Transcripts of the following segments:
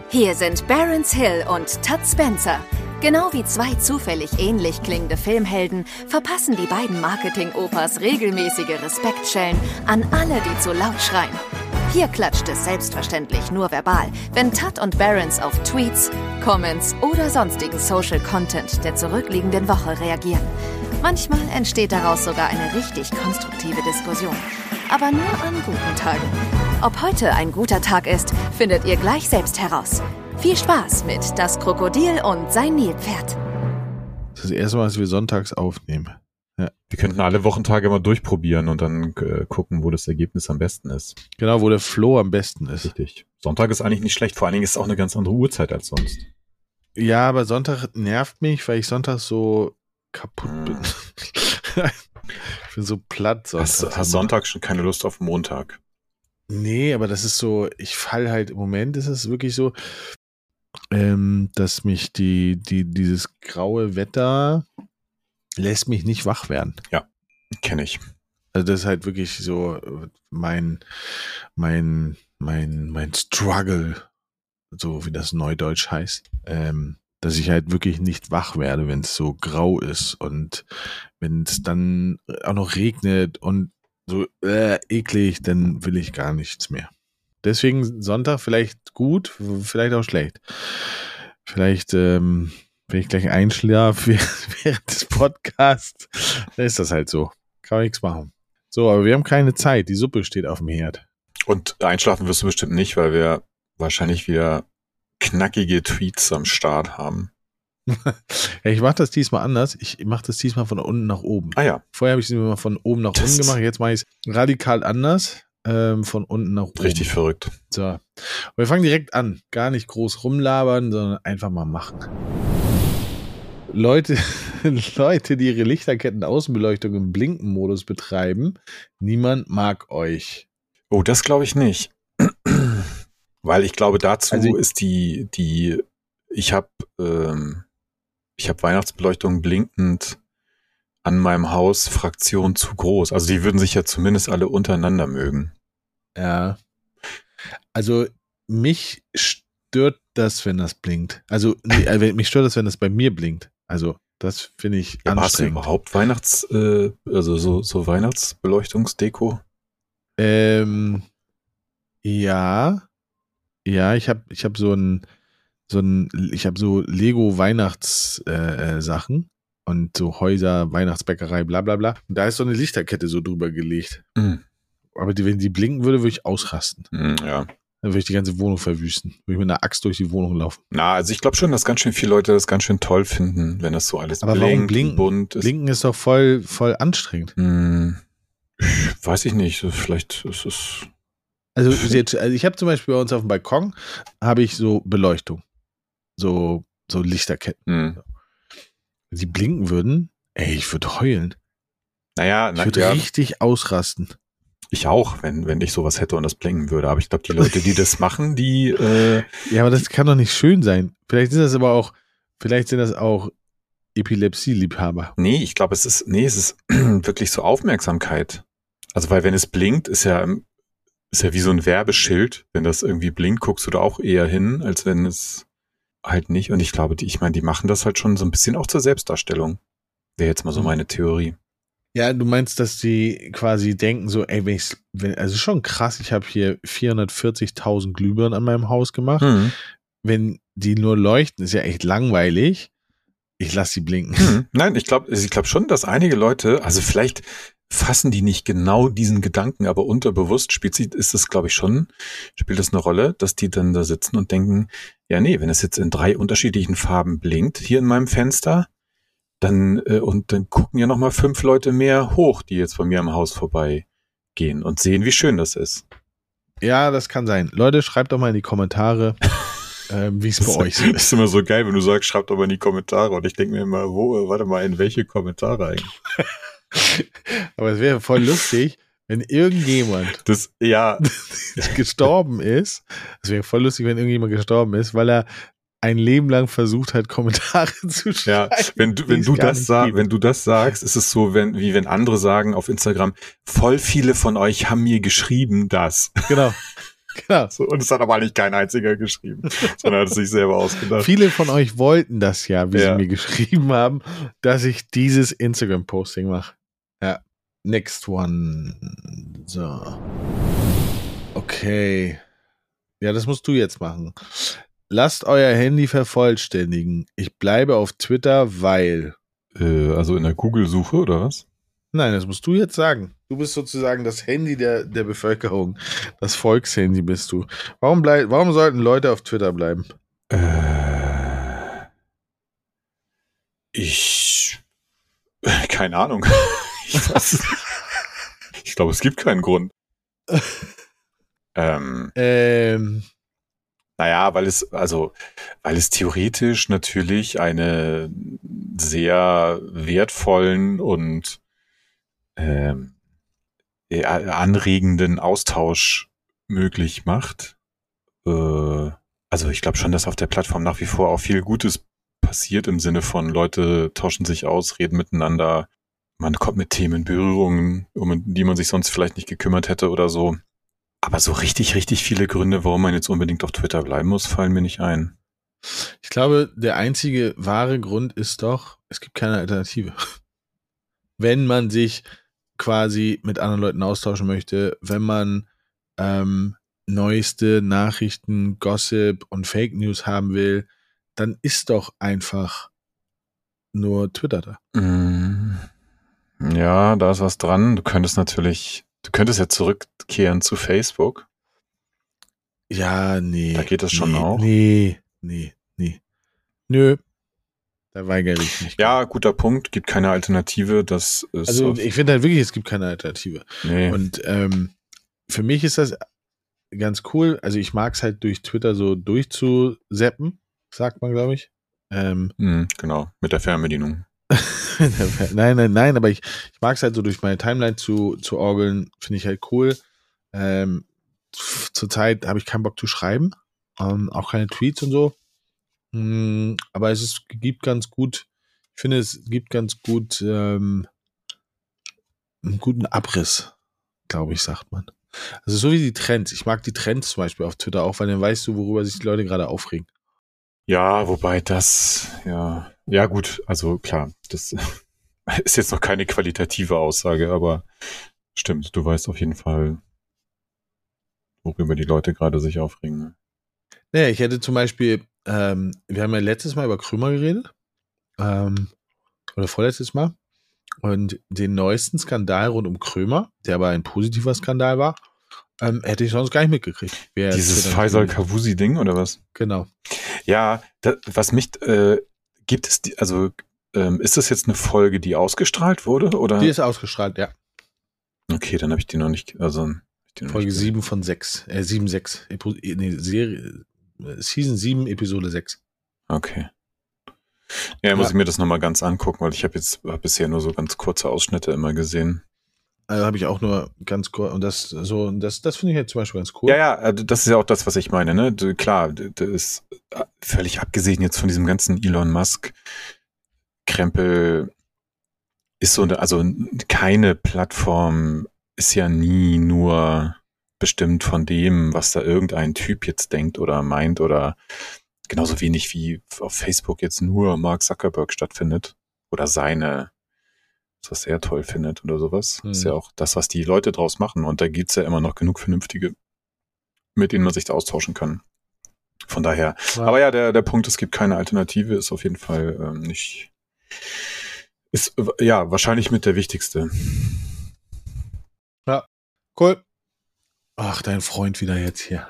Hier sind Barron's Hill und Todd Spencer. Genau wie zwei zufällig ähnlich klingende Filmhelden verpassen die beiden Marketing-Opas regelmäßige Respektschellen an alle, die zu laut schreien. Hier klatscht es selbstverständlich nur verbal, wenn Todd und Barron's auf Tweets, Comments oder sonstigen Social Content der zurückliegenden Woche reagieren. Manchmal entsteht daraus sogar eine richtig konstruktive Diskussion. Aber nur an guten Tagen. Ob heute ein guter Tag ist, findet ihr gleich selbst heraus. Viel Spaß mit Das Krokodil und sein Nilpferd. Das ist das erste Mal, dass wir sonntags aufnehmen. Ja. Wir könnten alle Wochentage mal durchprobieren und dann gucken, wo das Ergebnis am besten ist. Genau, wo der Flow am besten ist. Richtig. Sonntag ist eigentlich nicht schlecht, vor allen Dingen ist es auch eine ganz andere Uhrzeit als sonst. Ja, aber Sonntag nervt mich, weil ich Sonntag so kaputt bin. Ich bin so platt. Hast Sonntag schon keine Lust auf Montag? Nee, aber das ist so, ich fall halt, im Moment ist es wirklich so, dass mich dieses graue Wetter lässt mich nicht wach werden. Ja, kenne ich. Also das ist halt wirklich so mein Struggle, so wie das Neudeutsch heißt, dass ich halt wirklich nicht wach werde, wenn es so grau ist und wenn es dann auch noch regnet und so eklig, dann will ich gar nichts mehr. Deswegen Sonntag vielleicht gut, vielleicht auch schlecht. Vielleicht, wenn ich gleich einschlafe während des Podcasts, dann ist das halt so. Kann man nichts machen. So, aber wir haben keine Zeit. Die Suppe steht auf dem Herd. Und einschlafen wirst du bestimmt nicht, weil wir wahrscheinlich wieder knackige Tweets am Start haben. Ja, ich mache das diesmal anders. Ich mache das diesmal von unten nach oben. Ah ja. Vorher habe ich es immer von oben nach unten gemacht. Jetzt mache ich es radikal anders. Von unten nach oben. Richtig verrückt. So. Und wir fangen direkt an. Gar nicht groß rumlabern, sondern einfach mal machen. Leute, die ihre Lichterketten-Außenbeleuchtung im Blinken-Modus betreiben, niemand mag euch. Oh, das glaube ich nicht. Weil ich glaube, dazu ist ich habe Weihnachtsbeleuchtung blinkend an meinem Haus Fraktion zu groß. Also die würden sich ja zumindest alle untereinander mögen. Ja. Also mich stört das, wenn das blinkt. Also mich stört das, wenn das bei mir blinkt. Also das finde ich anstrengend. Hast du überhaupt so Weihnachtsbeleuchtungsdeko? Ja. Ja, ich habe so Lego Weihnachtssachen und so Häuser, Weihnachtsbäckerei, bla bla bla. Und da ist so eine Lichterkette so drüber gelegt. Mhm. Aber wenn die blinken würde, würde ich ausrasten. Ja. Dann würde ich die ganze Wohnung verwüsten. Würde ich mit einer Axt durch die Wohnung laufen. Na, also ich glaube schon, dass ganz schön viele Leute das ganz schön toll finden, wenn das so alles aber blinkt, blinken? bunt ist. Blinken ist doch voll anstrengend. Weiß ich nicht. Vielleicht ist es... Also ich habe zum Beispiel bei uns auf dem Balkon habe ich so Beleuchtung. So Lichterketten. Mhm. Wenn sie blinken würden, ich würde heulen. Ich würde richtig ausrasten. Ich auch, wenn ich sowas hätte und das blinken würde. Aber ich glaube, die Leute, die das machen, die... Ja, aber das kann doch nicht schön sein. Vielleicht sind das auch Epilepsie-Liebhaber. Nee, ich glaube, es ist wirklich so Aufmerksamkeit. Also, weil wenn es blinkt, ist ja wie so ein Werbeschild. Wenn das irgendwie blinkt, guckst du da auch eher hin, als wenn es halt nicht. Und ich glaube, die machen das halt schon so ein bisschen auch zur Selbstdarstellung. Wäre jetzt mal so meine Theorie. Ja, du meinst, dass die quasi denken so, also schon krass, ich habe hier 440.000 Glühbirnen an meinem Haus gemacht. Mhm. Wenn die nur leuchten, ist ja echt langweilig. Ich lasse sie blinken. Nein, ich glaube schon, dass einige Leute, also vielleicht fassen die nicht genau diesen Gedanken, aber unterbewusst spielt das eine Rolle, dass die dann da sitzen und denken, ja nee, wenn es jetzt in 3 unterschiedlichen Farben blinkt, hier in meinem Fenster, dann gucken ja nochmal 5 Leute mehr hoch, die jetzt bei mir am Haus vorbeigehen und sehen, wie schön das ist. Ja, das kann sein. Leute, schreibt doch mal in die Kommentare, wie es bei euch so ist. Das ist immer so geil, wenn du sagst, schreibt doch mal in die Kommentare und ich denke mir immer, in welche Kommentare eigentlich? Aber es wäre voll lustig, wenn irgendjemand gestorben ist. Es wäre voll lustig, wenn irgendjemand gestorben ist, weil er ein Leben lang versucht hat, Kommentare zu schreiben. Ja, wenn du das sagst, ist es so, wie wenn andere sagen auf Instagram, voll viele von euch haben mir geschrieben, das. Genau. Genau. So, und es hat aber eigentlich kein einziger geschrieben, sondern hat es sich selber ausgedacht. Viele von euch wollten das ja, wie Ja. sie mir geschrieben haben, dass ich dieses Instagram-Posting mache. Ja. Next one. So. Okay. Ja, das musst du jetzt machen. Lasst euer Handy vervollständigen. Ich bleibe auf Twitter, weil... Also in der Google-Suche oder was? Nein, das musst du jetzt sagen. Du bist sozusagen das Handy der Bevölkerung. Das Volkshandy bist du. Warum sollten Leute auf Twitter bleiben? Keine Ahnung. Ich glaube, es gibt keinen Grund. Naja, weil es theoretisch natürlich einen sehr wertvollen und anregenden Austausch möglich macht. Also ich glaube schon, dass auf der Plattform nach wie vor auch viel Gutes passiert im Sinne von Leute tauschen sich aus, reden miteinander, man kommt mit Themen in Berührung, um die man sich sonst vielleicht nicht gekümmert hätte oder so. Aber so richtig viele Gründe, warum man jetzt unbedingt auf Twitter bleiben muss, fallen mir nicht ein. Ich glaube, der einzige wahre Grund ist doch, es gibt keine Alternative. Wenn man sich quasi mit anderen Leuten austauschen möchte, wenn man neueste Nachrichten, Gossip und Fake News haben will, dann ist doch einfach nur Twitter da. Ja, da ist was dran. Du könntest ja zurückkehren zu Facebook. Ja, nee. Da geht das schon auch. Nee. Nö. Da weigere ich mich. Ja, guter Punkt. Gibt keine Alternative. Das ist Also ich finde halt wirklich, es gibt keine Alternative. Nee. Und für mich ist das ganz cool. Also ich mag es halt durch Twitter so durchzuseppen, sagt man, glaube ich. Genau, mit der Fernbedienung. Nein, aber ich mag es halt so durch meine Timeline zu orgeln, finde ich halt cool. Zurzeit habe ich keinen Bock zu schreiben, auch keine Tweets und so. Aber gibt ganz gut, ich finde, es gibt ganz gut einen guten Abriss, glaube ich, sagt man. Also so wie die Trends. Ich mag die Trends zum Beispiel auf Twitter auch, weil dann weißt du, worüber sich die Leute gerade aufregen. Ja, wobei ja gut, also klar, das ist jetzt noch keine qualitative Aussage, aber stimmt, du weißt auf jeden Fall, worüber die Leute gerade sich aufregen. Ne? Naja, ich hätte zum Beispiel, wir haben ja letztes Mal über Krömer geredet, oder vorletztes Mal, und den neuesten Skandal rund um Krömer, der aber ein positiver Skandal war, hätte ich sonst gar nicht mitgekriegt. Dieses Faisal-Kavusi-Ding oder was? Genau. Ja, was mich, gibt es, ist das jetzt eine Folge, die ausgestrahlt wurde? Oder? Die ist ausgestrahlt, ja. Okay, dann habe ich die noch nicht, Folge 7 von 6, 7, Serie, Season 7, Episode 6. Okay. Ja, muss ich mir das nochmal ganz angucken, weil ich habe bisher nur so ganz kurze Ausschnitte immer gesehen. Also habe ich auch nur ganz kurz, und das finde ich jetzt zum Beispiel ganz cool. Ja, das ist ja auch das, was ich meine, ne? Klar, das ist völlig abgesehen jetzt von diesem ganzen Elon Musk Krempel, ist so, also keine Plattform ist ja nie nur bestimmt von dem, was da irgendein Typ jetzt denkt oder meint, oder genauso wenig wie auf Facebook jetzt nur Mark Zuckerberg stattfindet oder was er toll findet oder sowas. Ist ja auch das, was die Leute draus machen. Und da gibt's ja immer noch genug Vernünftige, mit denen man sich da austauschen kann. Von daher. Ja. Aber ja, der Punkt, es gibt keine Alternative, ist auf jeden Fall ist ja wahrscheinlich mit der wichtigste. Ja, cool. Ach, dein Freund wieder jetzt hier.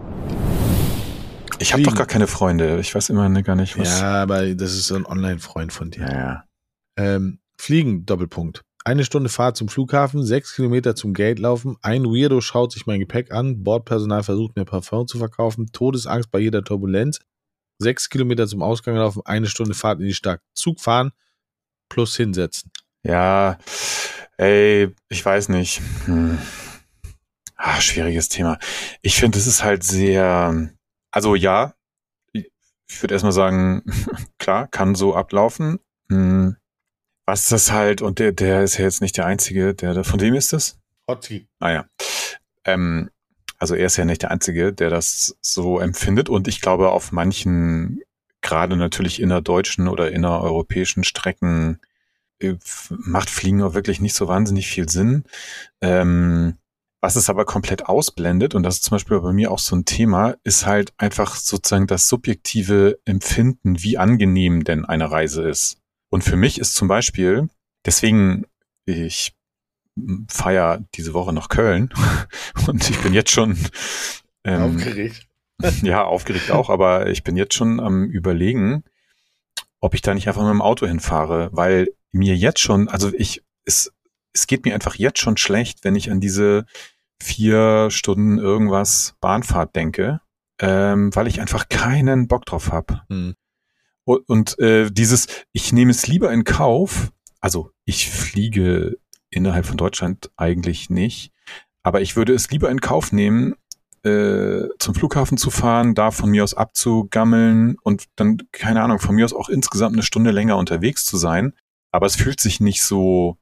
Ich habe doch gar keine Freunde. Ich weiß immer gar nicht, was. Ja, aber das ist so ein Online-Freund von dir. Ja. Fliegen, Doppelpunkt. 1 Stunde Fahrt zum Flughafen, 6 Kilometer zum Gate laufen, ein Weirdo schaut sich mein Gepäck an, Bordpersonal versucht mir Parfum zu verkaufen, Todesangst bei jeder Turbulenz, 6 Kilometer zum Ausgang laufen, 1 Stunde Fahrt in die Stadt, Zug fahren, plus hinsetzen. Ja, ey, ich weiß nicht. Schwieriges Thema. Ich finde, es ist halt sehr, also ja, ich würde erstmal sagen, klar, kann so ablaufen. Was das halt, und der ist ja jetzt nicht der Einzige, von wem ist das? Hotzi. Ja. Also er ist ja nicht der Einzige, der das so empfindet. Und ich glaube, auf manchen, gerade natürlich innerdeutschen oder innereuropäischen Strecken, macht Fliegen auch wirklich nicht so wahnsinnig viel Sinn. Was es aber komplett ausblendet, und das ist zum Beispiel bei mir auch so ein Thema, ist halt einfach sozusagen das subjektive Empfinden, wie angenehm denn eine Reise ist. Und für mich ist zum Beispiel, deswegen, ich feiere diese Woche nach Köln und ich bin jetzt schon Aufgeregt. Ja, aufgeregt auch, aber ich bin jetzt schon am Überlegen, ob ich da nicht einfach mit dem Auto hinfahre, weil mir jetzt schon, also es geht mir einfach jetzt schon schlecht, wenn ich an diese 4 Stunden irgendwas Bahnfahrt denke, weil ich einfach keinen Bock drauf habe. Und ich nehme es lieber in Kauf, also ich fliege innerhalb von Deutschland eigentlich nicht, aber ich würde es lieber in Kauf nehmen, zum Flughafen zu fahren, da von mir aus abzugammeln und dann, keine Ahnung, von mir aus auch insgesamt 1 Stunde länger unterwegs zu sein. Aber es fühlt sich nicht so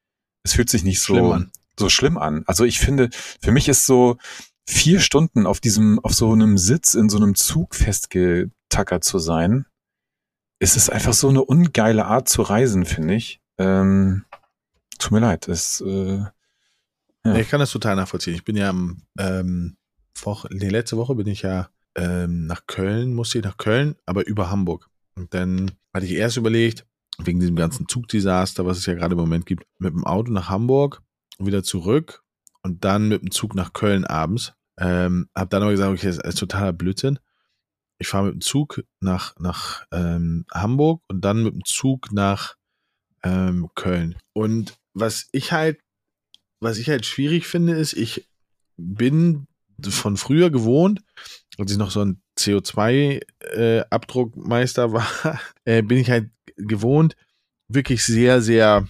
schlimm an. Also ich finde, für mich ist so 4 Stunden auf so einem Sitz in so einem Zug festgetackert zu sein, es ist einfach so eine ungeile Art zu reisen, finde ich. Tut mir leid. Ja. Ich kann das total nachvollziehen. Ich bin ja letzte Woche bin ich ja musste ich nach Köln, aber über Hamburg. Und dann hatte ich erst überlegt, wegen diesem ganzen Zugdesaster, was es ja gerade im Moment gibt, mit dem Auto nach Hamburg und wieder zurück und dann mit dem Zug nach Köln abends. Hab dann aber gesagt, okay, das ist totaler Blödsinn. Ich fahre mit dem Zug nach Hamburg und dann mit dem Zug nach Köln. Und was ich halt schwierig finde, ist, ich bin von früher gewohnt, als ich noch so ein CO2-Abdruckmeister war, bin ich halt gewohnt, wirklich sehr, sehr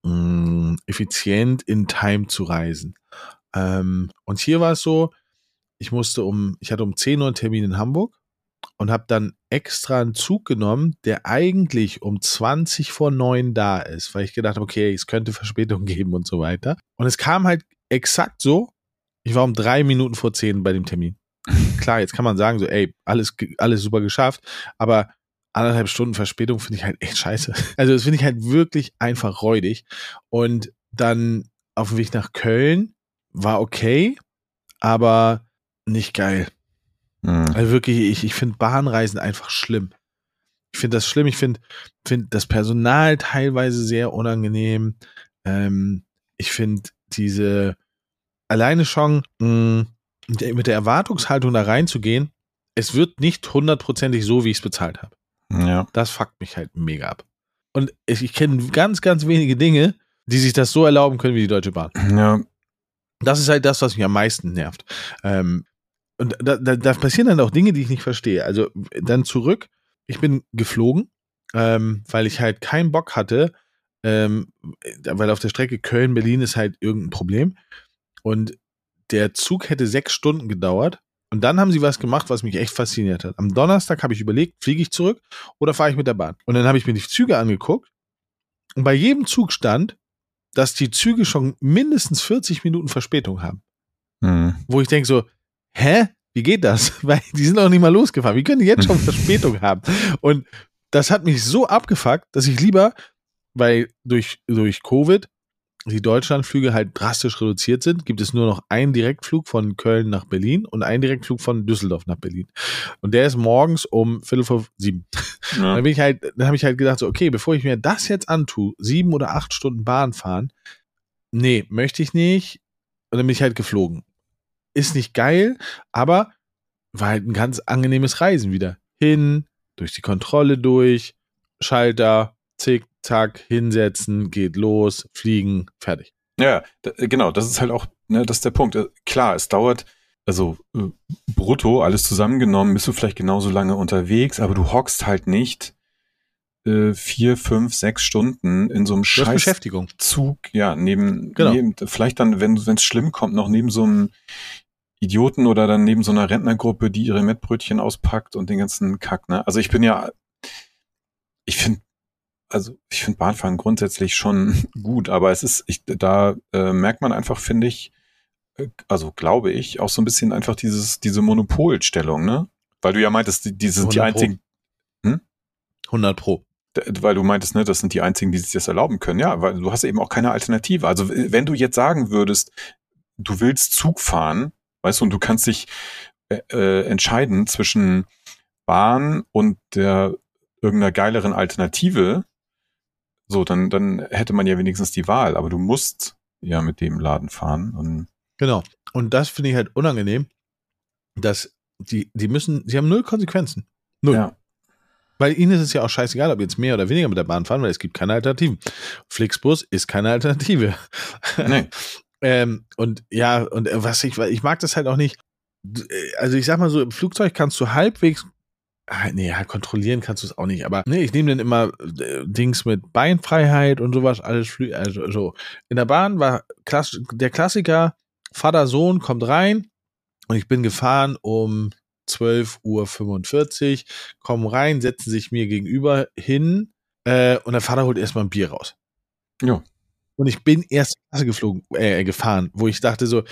effizient in Time zu reisen. Und hier war es so, ich hatte um 10 Uhr einen Termin in Hamburg und habe dann extra einen Zug genommen, der eigentlich um 20:09 da ist, weil ich gedacht habe, okay, es könnte Verspätung geben und so weiter. Und es kam halt exakt so, ich war um 3 Minuten vor 10 bei dem Termin. Klar, jetzt kann man sagen so, ey, alles super geschafft, aber 1,5 Stunden Verspätung finde ich halt echt scheiße. Also das finde ich halt wirklich einfach räudig. Und dann auf dem Weg nach Köln war okay, aber nicht geil. Also wirklich, ich finde Bahnreisen einfach schlimm. Ich finde das schlimm. Ich finde das Personal teilweise sehr unangenehm. Ich finde alleine schon mit der Erwartungshaltung da reinzugehen, es wird nicht 100%ig so, wie ich es bezahlt habe. Ja. Das fuckt mich halt mega ab. Und ich kenne ganz, ganz wenige Dinge, die sich das so erlauben können wie die Deutsche Bahn. Ja. Das ist halt das, was mich am meisten nervt. Und da passieren dann auch Dinge, die ich nicht verstehe. Also dann zurück, ich bin geflogen, weil ich halt keinen Bock hatte, weil auf der Strecke Köln-Berlin ist halt irgendein Problem. Und der Zug hätte 6 Stunden gedauert. Und dann haben sie was gemacht, was mich echt fasziniert hat. Am Donnerstag habe ich überlegt, fliege ich zurück oder fahre ich mit der Bahn? Und dann habe ich mir die Züge angeguckt. Und bei jedem Zug stand, dass die Züge schon mindestens 40 Minuten Verspätung haben. Wo ich denke so, hä? Wie geht das? Weil die sind auch nicht mal losgefahren. Wie können die jetzt schon Verspätung haben? Und das hat mich so abgefuckt, dass ich lieber, weil durch Covid die Deutschlandflüge halt drastisch reduziert sind, gibt es nur noch einen Direktflug von Köln nach Berlin und einen Direktflug von Düsseldorf nach Berlin. Und der ist morgens um 6:45. Ja. Dann habe ich halt gedacht, so, okay, bevor ich mir das jetzt antue, 7 oder 8 Stunden Bahn fahren, nee, möchte ich nicht. Und dann bin ich halt geflogen. Ist nicht geil, aber war halt ein ganz angenehmes Reisen wieder. Hin, durch die Kontrolle durch, Schalter, zick, zack, hinsetzen, geht los, fliegen, fertig. Ja, genau, das ist halt auch, ne, das ist der Punkt. Klar, es dauert, also brutto, alles zusammengenommen, bist du vielleicht genauso lange unterwegs, aber du hockst halt nicht 4, 5, 6 Stunden in so einem scheiß Beschäftigung. Zug, ja, neben vielleicht dann, wenn es schlimm kommt, noch neben so einem Idioten oder dann neben so einer Rentnergruppe, die ihre Mettbrötchen auspackt und den ganzen Kack, ne? Also ich finde Bahnfahren grundsätzlich schon gut, aber da merkt man einfach, finde ich, also glaube ich, auch so ein bisschen einfach diese Monopolstellung, ne? Weil du ja meintest, die sind die einzigen. 100 Pro. Weil du meintest, ne, das sind die einzigen, die sich das erlauben können. Ja, weil du hast eben auch keine Alternative. Also wenn du jetzt sagen würdest, du willst Zug fahren, weißt du, und du kannst dich entscheiden zwischen Bahn und irgendeiner geileren Alternative, so, dann hätte man ja wenigstens die Wahl. Aber du musst ja mit dem Laden fahren. Und Genau. Und das finde ich halt unangenehm, dass sie haben 0 Konsequenzen. 0. ja. Weil ihnen ist es ja auch scheißegal, ob jetzt mehr oder weniger mit der Bahn fahren, weil es gibt keine Alternativen. Flixbus ist keine Alternative. Nee. Und was ich mag das halt auch nicht. Also ich sag mal so, im Flugzeug kannst du halbwegs, kontrollieren kannst du es auch nicht, aber ich nehme dann immer Dings mit Beinfreiheit und sowas, alles, also so. In der Bahn war der Klassiker, Vater, Sohn kommt rein und ich bin gefahren um 12:45 Uhr, kommen rein, setzen sich mir gegenüber hin und der Vater holt erstmal ein Bier raus. Ja. Und ich bin erste Klasse gefahren, wo ich dachte so,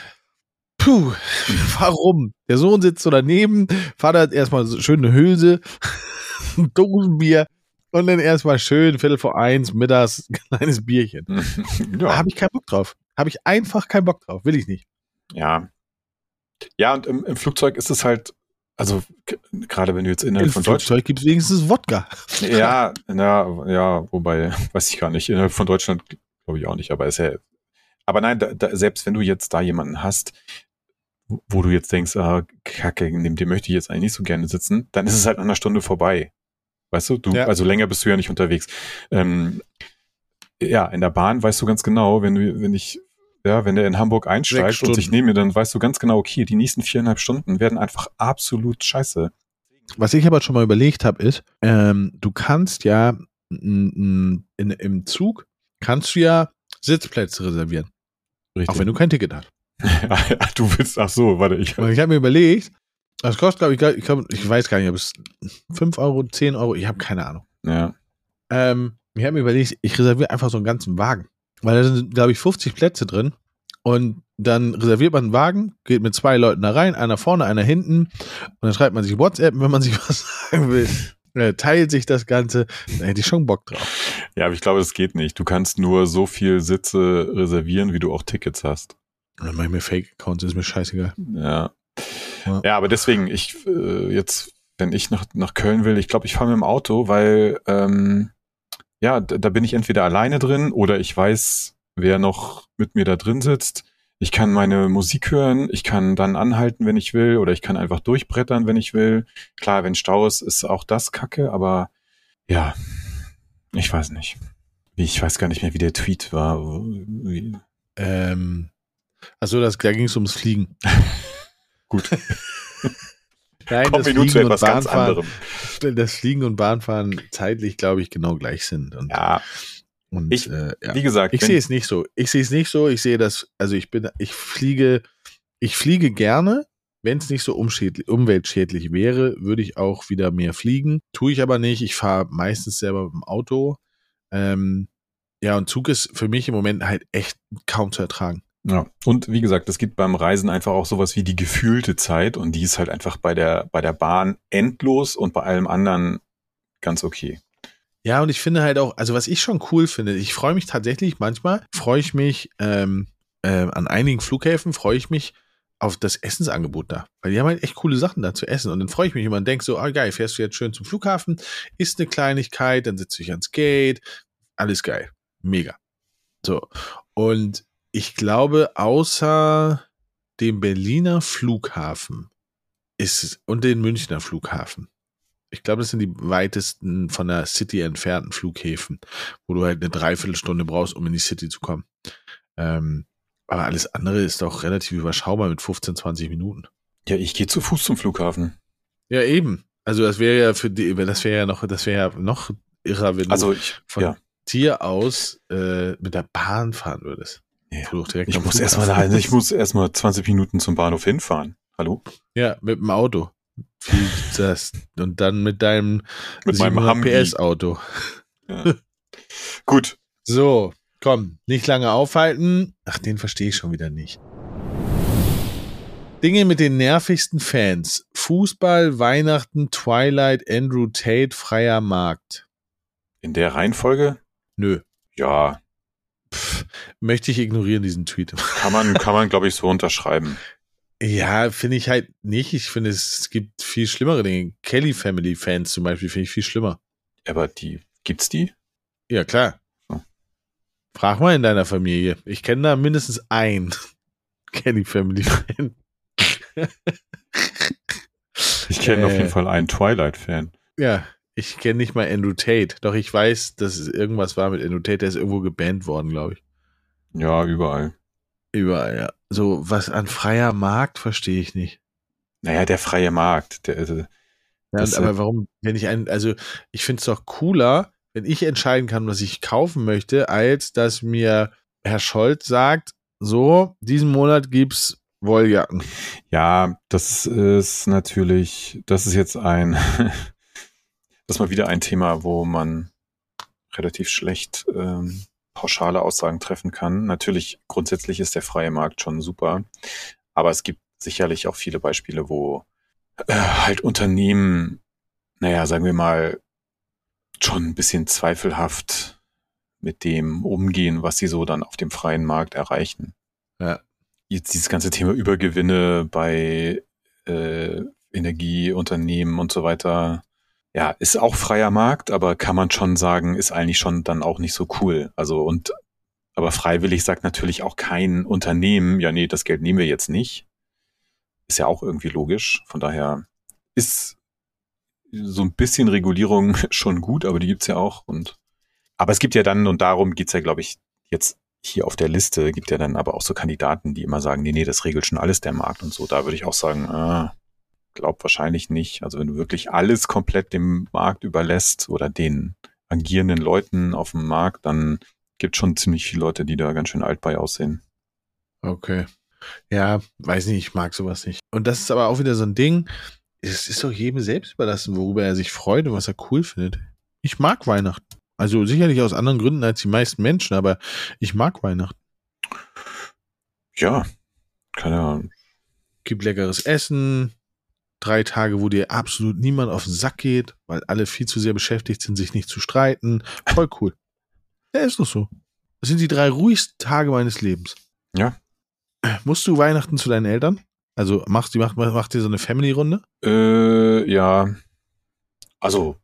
warum? Der Sohn sitzt so daneben, Vater hat erstmal so schön eine Hülse, ein Dosenbier und dann erstmal schön 12:45 mittags ein kleines Bierchen. Ja. Da habe ich keinen Bock drauf. Habe ich einfach keinen Bock drauf. Will ich nicht. Ja. Ja, und im Flugzeug ist es halt, also gerade wenn du jetzt innerhalb von Deutschland. Im Flugzeug gibt es wenigstens Wodka. Ja, wobei, weiß ich gar nicht, innerhalb von Deutschland glaube ich auch nicht, aber ist ja. Aber nein, selbst wenn du jetzt da jemanden hast, wo du jetzt denkst, Kacke, neben dem möchte ich jetzt eigentlich nicht so gerne sitzen, dann ist es halt nach einer Stunde vorbei. Weißt du? Also länger bist du ja nicht unterwegs. Ja, in der Bahn weißt du ganz genau, wenn der in Hamburg einsteigt und sich neben mir, dann weißt du ganz genau, okay, die nächsten 4,5 Stunden werden einfach absolut scheiße. Was ich aber schon mal überlegt habe, ist, du kannst ja im Zug kannst du ja Sitzplätze reservieren. Richtig. Auch wenn du kein Ticket hast. Du willst, ach so, warte, ich habe mir überlegt, das kostet, glaube ich weiß gar nicht, ob es 5 Euro, 10 Euro, ich habe keine Ahnung. Ja. Ich habe mir überlegt, ich reserviere einfach so einen ganzen Wagen. Weil da sind, glaube ich, 50 Plätze drin. Und dann reserviert man einen Wagen, geht mit 2 Leuten da rein, einer vorne, einer hinten. Und dann schreibt man sich WhatsApp, wenn man sich was sagen will. Teilt sich das Ganze. Da hätte ich schon Bock drauf. Ja, aber ich glaube, das geht nicht. Du kannst nur so viel Sitze reservieren, wie du auch Tickets hast. Und dann mache ich mir Fake-Accounts, ist mir scheißegal. Ja, aber deswegen, jetzt, wenn ich nach Köln will, ich glaube, ich fahre mit dem Auto, weil da bin ich entweder alleine drin oder ich weiß, wer noch mit mir da drin sitzt. Ich kann meine Musik hören, ich kann dann anhalten, wenn ich will, oder ich kann einfach durchbrettern, wenn ich will. Klar, wenn Stau ist auch das Kacke, aber ja, ich weiß nicht. Ich weiß gar nicht mehr, wie der Tweet war. Achso, da ging es ums Fliegen. Gut. Nein, kommen wir nun zu etwas ganz anderem. Das Fliegen und Bahnfahren zeitlich, glaube ich, genau gleich sind. Und, wie gesagt, ich sehe es nicht so. Ich sehe das, also ich fliege gerne. Wenn es nicht so umweltschädlich wäre, würde ich auch wieder mehr fliegen. Tue ich aber nicht. Ich fahre meistens selber mit dem Auto. Und Zug ist für mich im Moment halt echt kaum zu ertragen. Ja, und wie gesagt, es gibt beim Reisen einfach auch sowas wie die gefühlte Zeit und die ist halt einfach bei der Bahn endlos und bei allem anderen ganz okay. Ja, und ich finde halt auch, also was ich schon cool finde, ich freue mich tatsächlich, manchmal an einigen Flughäfen freue ich mich auf das Essensangebot da, weil die haben halt echt coole Sachen da zu essen und dann freue ich mich immer und denke so, geil, fährst du jetzt schön zum Flughafen, isst eine Kleinigkeit, dann sitzt du dich ans Gate, alles geil, mega. So, und ich glaube, außer dem Berliner Flughafen und den Münchner Flughafen, ich glaube, das sind die weitesten von der City entfernten Flughäfen, wo du halt eine Dreiviertelstunde brauchst, um in die City zu kommen. Aber alles andere ist doch relativ überschaubar mit 15, 20 Minuten. Ja, ich gehe zu Fuß zum Flughafen. Ja, eben. Also das wäre ja noch irrer, wenn du von dir aus mit der Bahn fahren würdest. Ja. Ich muss erstmal 20 Minuten zum Bahnhof hinfahren. Hallo? Ja, mit dem Auto. Und dann mit meinem PS-Auto. Ja. Gut. So, komm, nicht lange aufhalten. Ach, den verstehe ich schon wieder nicht. Dinge mit den nervigsten Fans. Fußball, Weihnachten, Twilight, Andrew Tate, freier Markt. In der Reihenfolge? Nö. Ja. Möchte ich ignorieren, diesen Tweet. Kann man, glaube ich, so unterschreiben. Ja, finde ich halt nicht. Ich finde, es gibt viel schlimmere Dinge. Kelly Family Fans zum Beispiel finde ich viel schlimmer. Aber gibt's die? Ja, klar. Oh. Frag mal in deiner Familie. Ich kenne da mindestens einen Kelly Family Fan. Ich kenne auf jeden Fall einen Twilight-Fan. Ja, ich kenne nicht mal Andrew Tate. Doch ich weiß, dass es irgendwas war mit Andrew Tate. Der ist irgendwo gebannt worden, glaube ich. Ja, überall. Überall, ja. So, was an freier Markt verstehe ich nicht. Naja, der freie Markt. Aber warum, wenn ich ich finde es doch cooler, wenn ich entscheiden kann, was ich kaufen möchte, als dass mir Herr Scholz sagt, so, diesen Monat gibt's Wolljacken. Ja, das ist jetzt das ist mal wieder ein Thema, wo man relativ schlecht pauschale Aussagen treffen kann. Natürlich, grundsätzlich ist der freie Markt schon super, aber es gibt sicherlich auch viele Beispiele, wo halt Unternehmen, sagen wir mal, schon ein bisschen zweifelhaft mit dem umgehen, was sie so dann auf dem freien Markt erreichen. Ja. Jetzt dieses ganze Thema Übergewinne bei Energieunternehmen und so weiter, ja, ist auch freier Markt, aber kann man schon sagen, ist eigentlich schon dann auch nicht so cool. Aber freiwillig sagt natürlich auch kein Unternehmen, ja, nee, das Geld nehmen wir jetzt nicht. Ist ja auch irgendwie logisch. Von daher ist so ein bisschen Regulierung schon gut, aber die gibt's ja auch. Aber es gibt ja dann, und darum geht's ja, glaube ich, jetzt hier auf der Liste, gibt ja dann aber auch so Kandidaten, die immer sagen, nee, das regelt schon alles der Markt und so. Da würde ich auch sagen, glaub wahrscheinlich nicht. Also wenn du wirklich alles komplett dem Markt überlässt oder den agierenden Leuten auf dem Markt, dann gibt schon ziemlich viele Leute, die da ganz schön altbei aussehen. Okay. Ja, weiß nicht, ich mag sowas nicht. Und das ist aber auch wieder so ein Ding, es ist doch jedem selbst überlassen, worüber er sich freut und was er cool findet. Ich mag Weihnachten. Also sicherlich aus anderen Gründen als die meisten Menschen, aber ich mag Weihnachten. Ja, keine Ahnung. Gibt leckeres Essen, 3 Tage, wo dir absolut niemand auf den Sack geht, weil alle viel zu sehr beschäftigt sind, sich nicht zu streiten. Voll cool. Ja, ist doch so. Das sind die 3 ruhigsten Tage meines Lebens. Ja. Musst du Weihnachten zu deinen Eltern? Also macht ihr so eine Family-Runde? Ja. Also,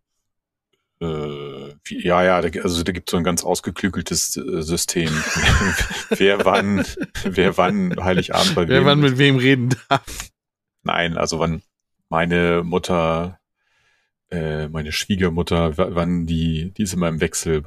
da gibt es so ein ganz ausgeklügeltes System. wer wann Heiligabend bei wem. Wer wann mit wem reden darf. Nein, also wann meine Mutter, meine Schwiegermutter, wann die ist immer im Wechsel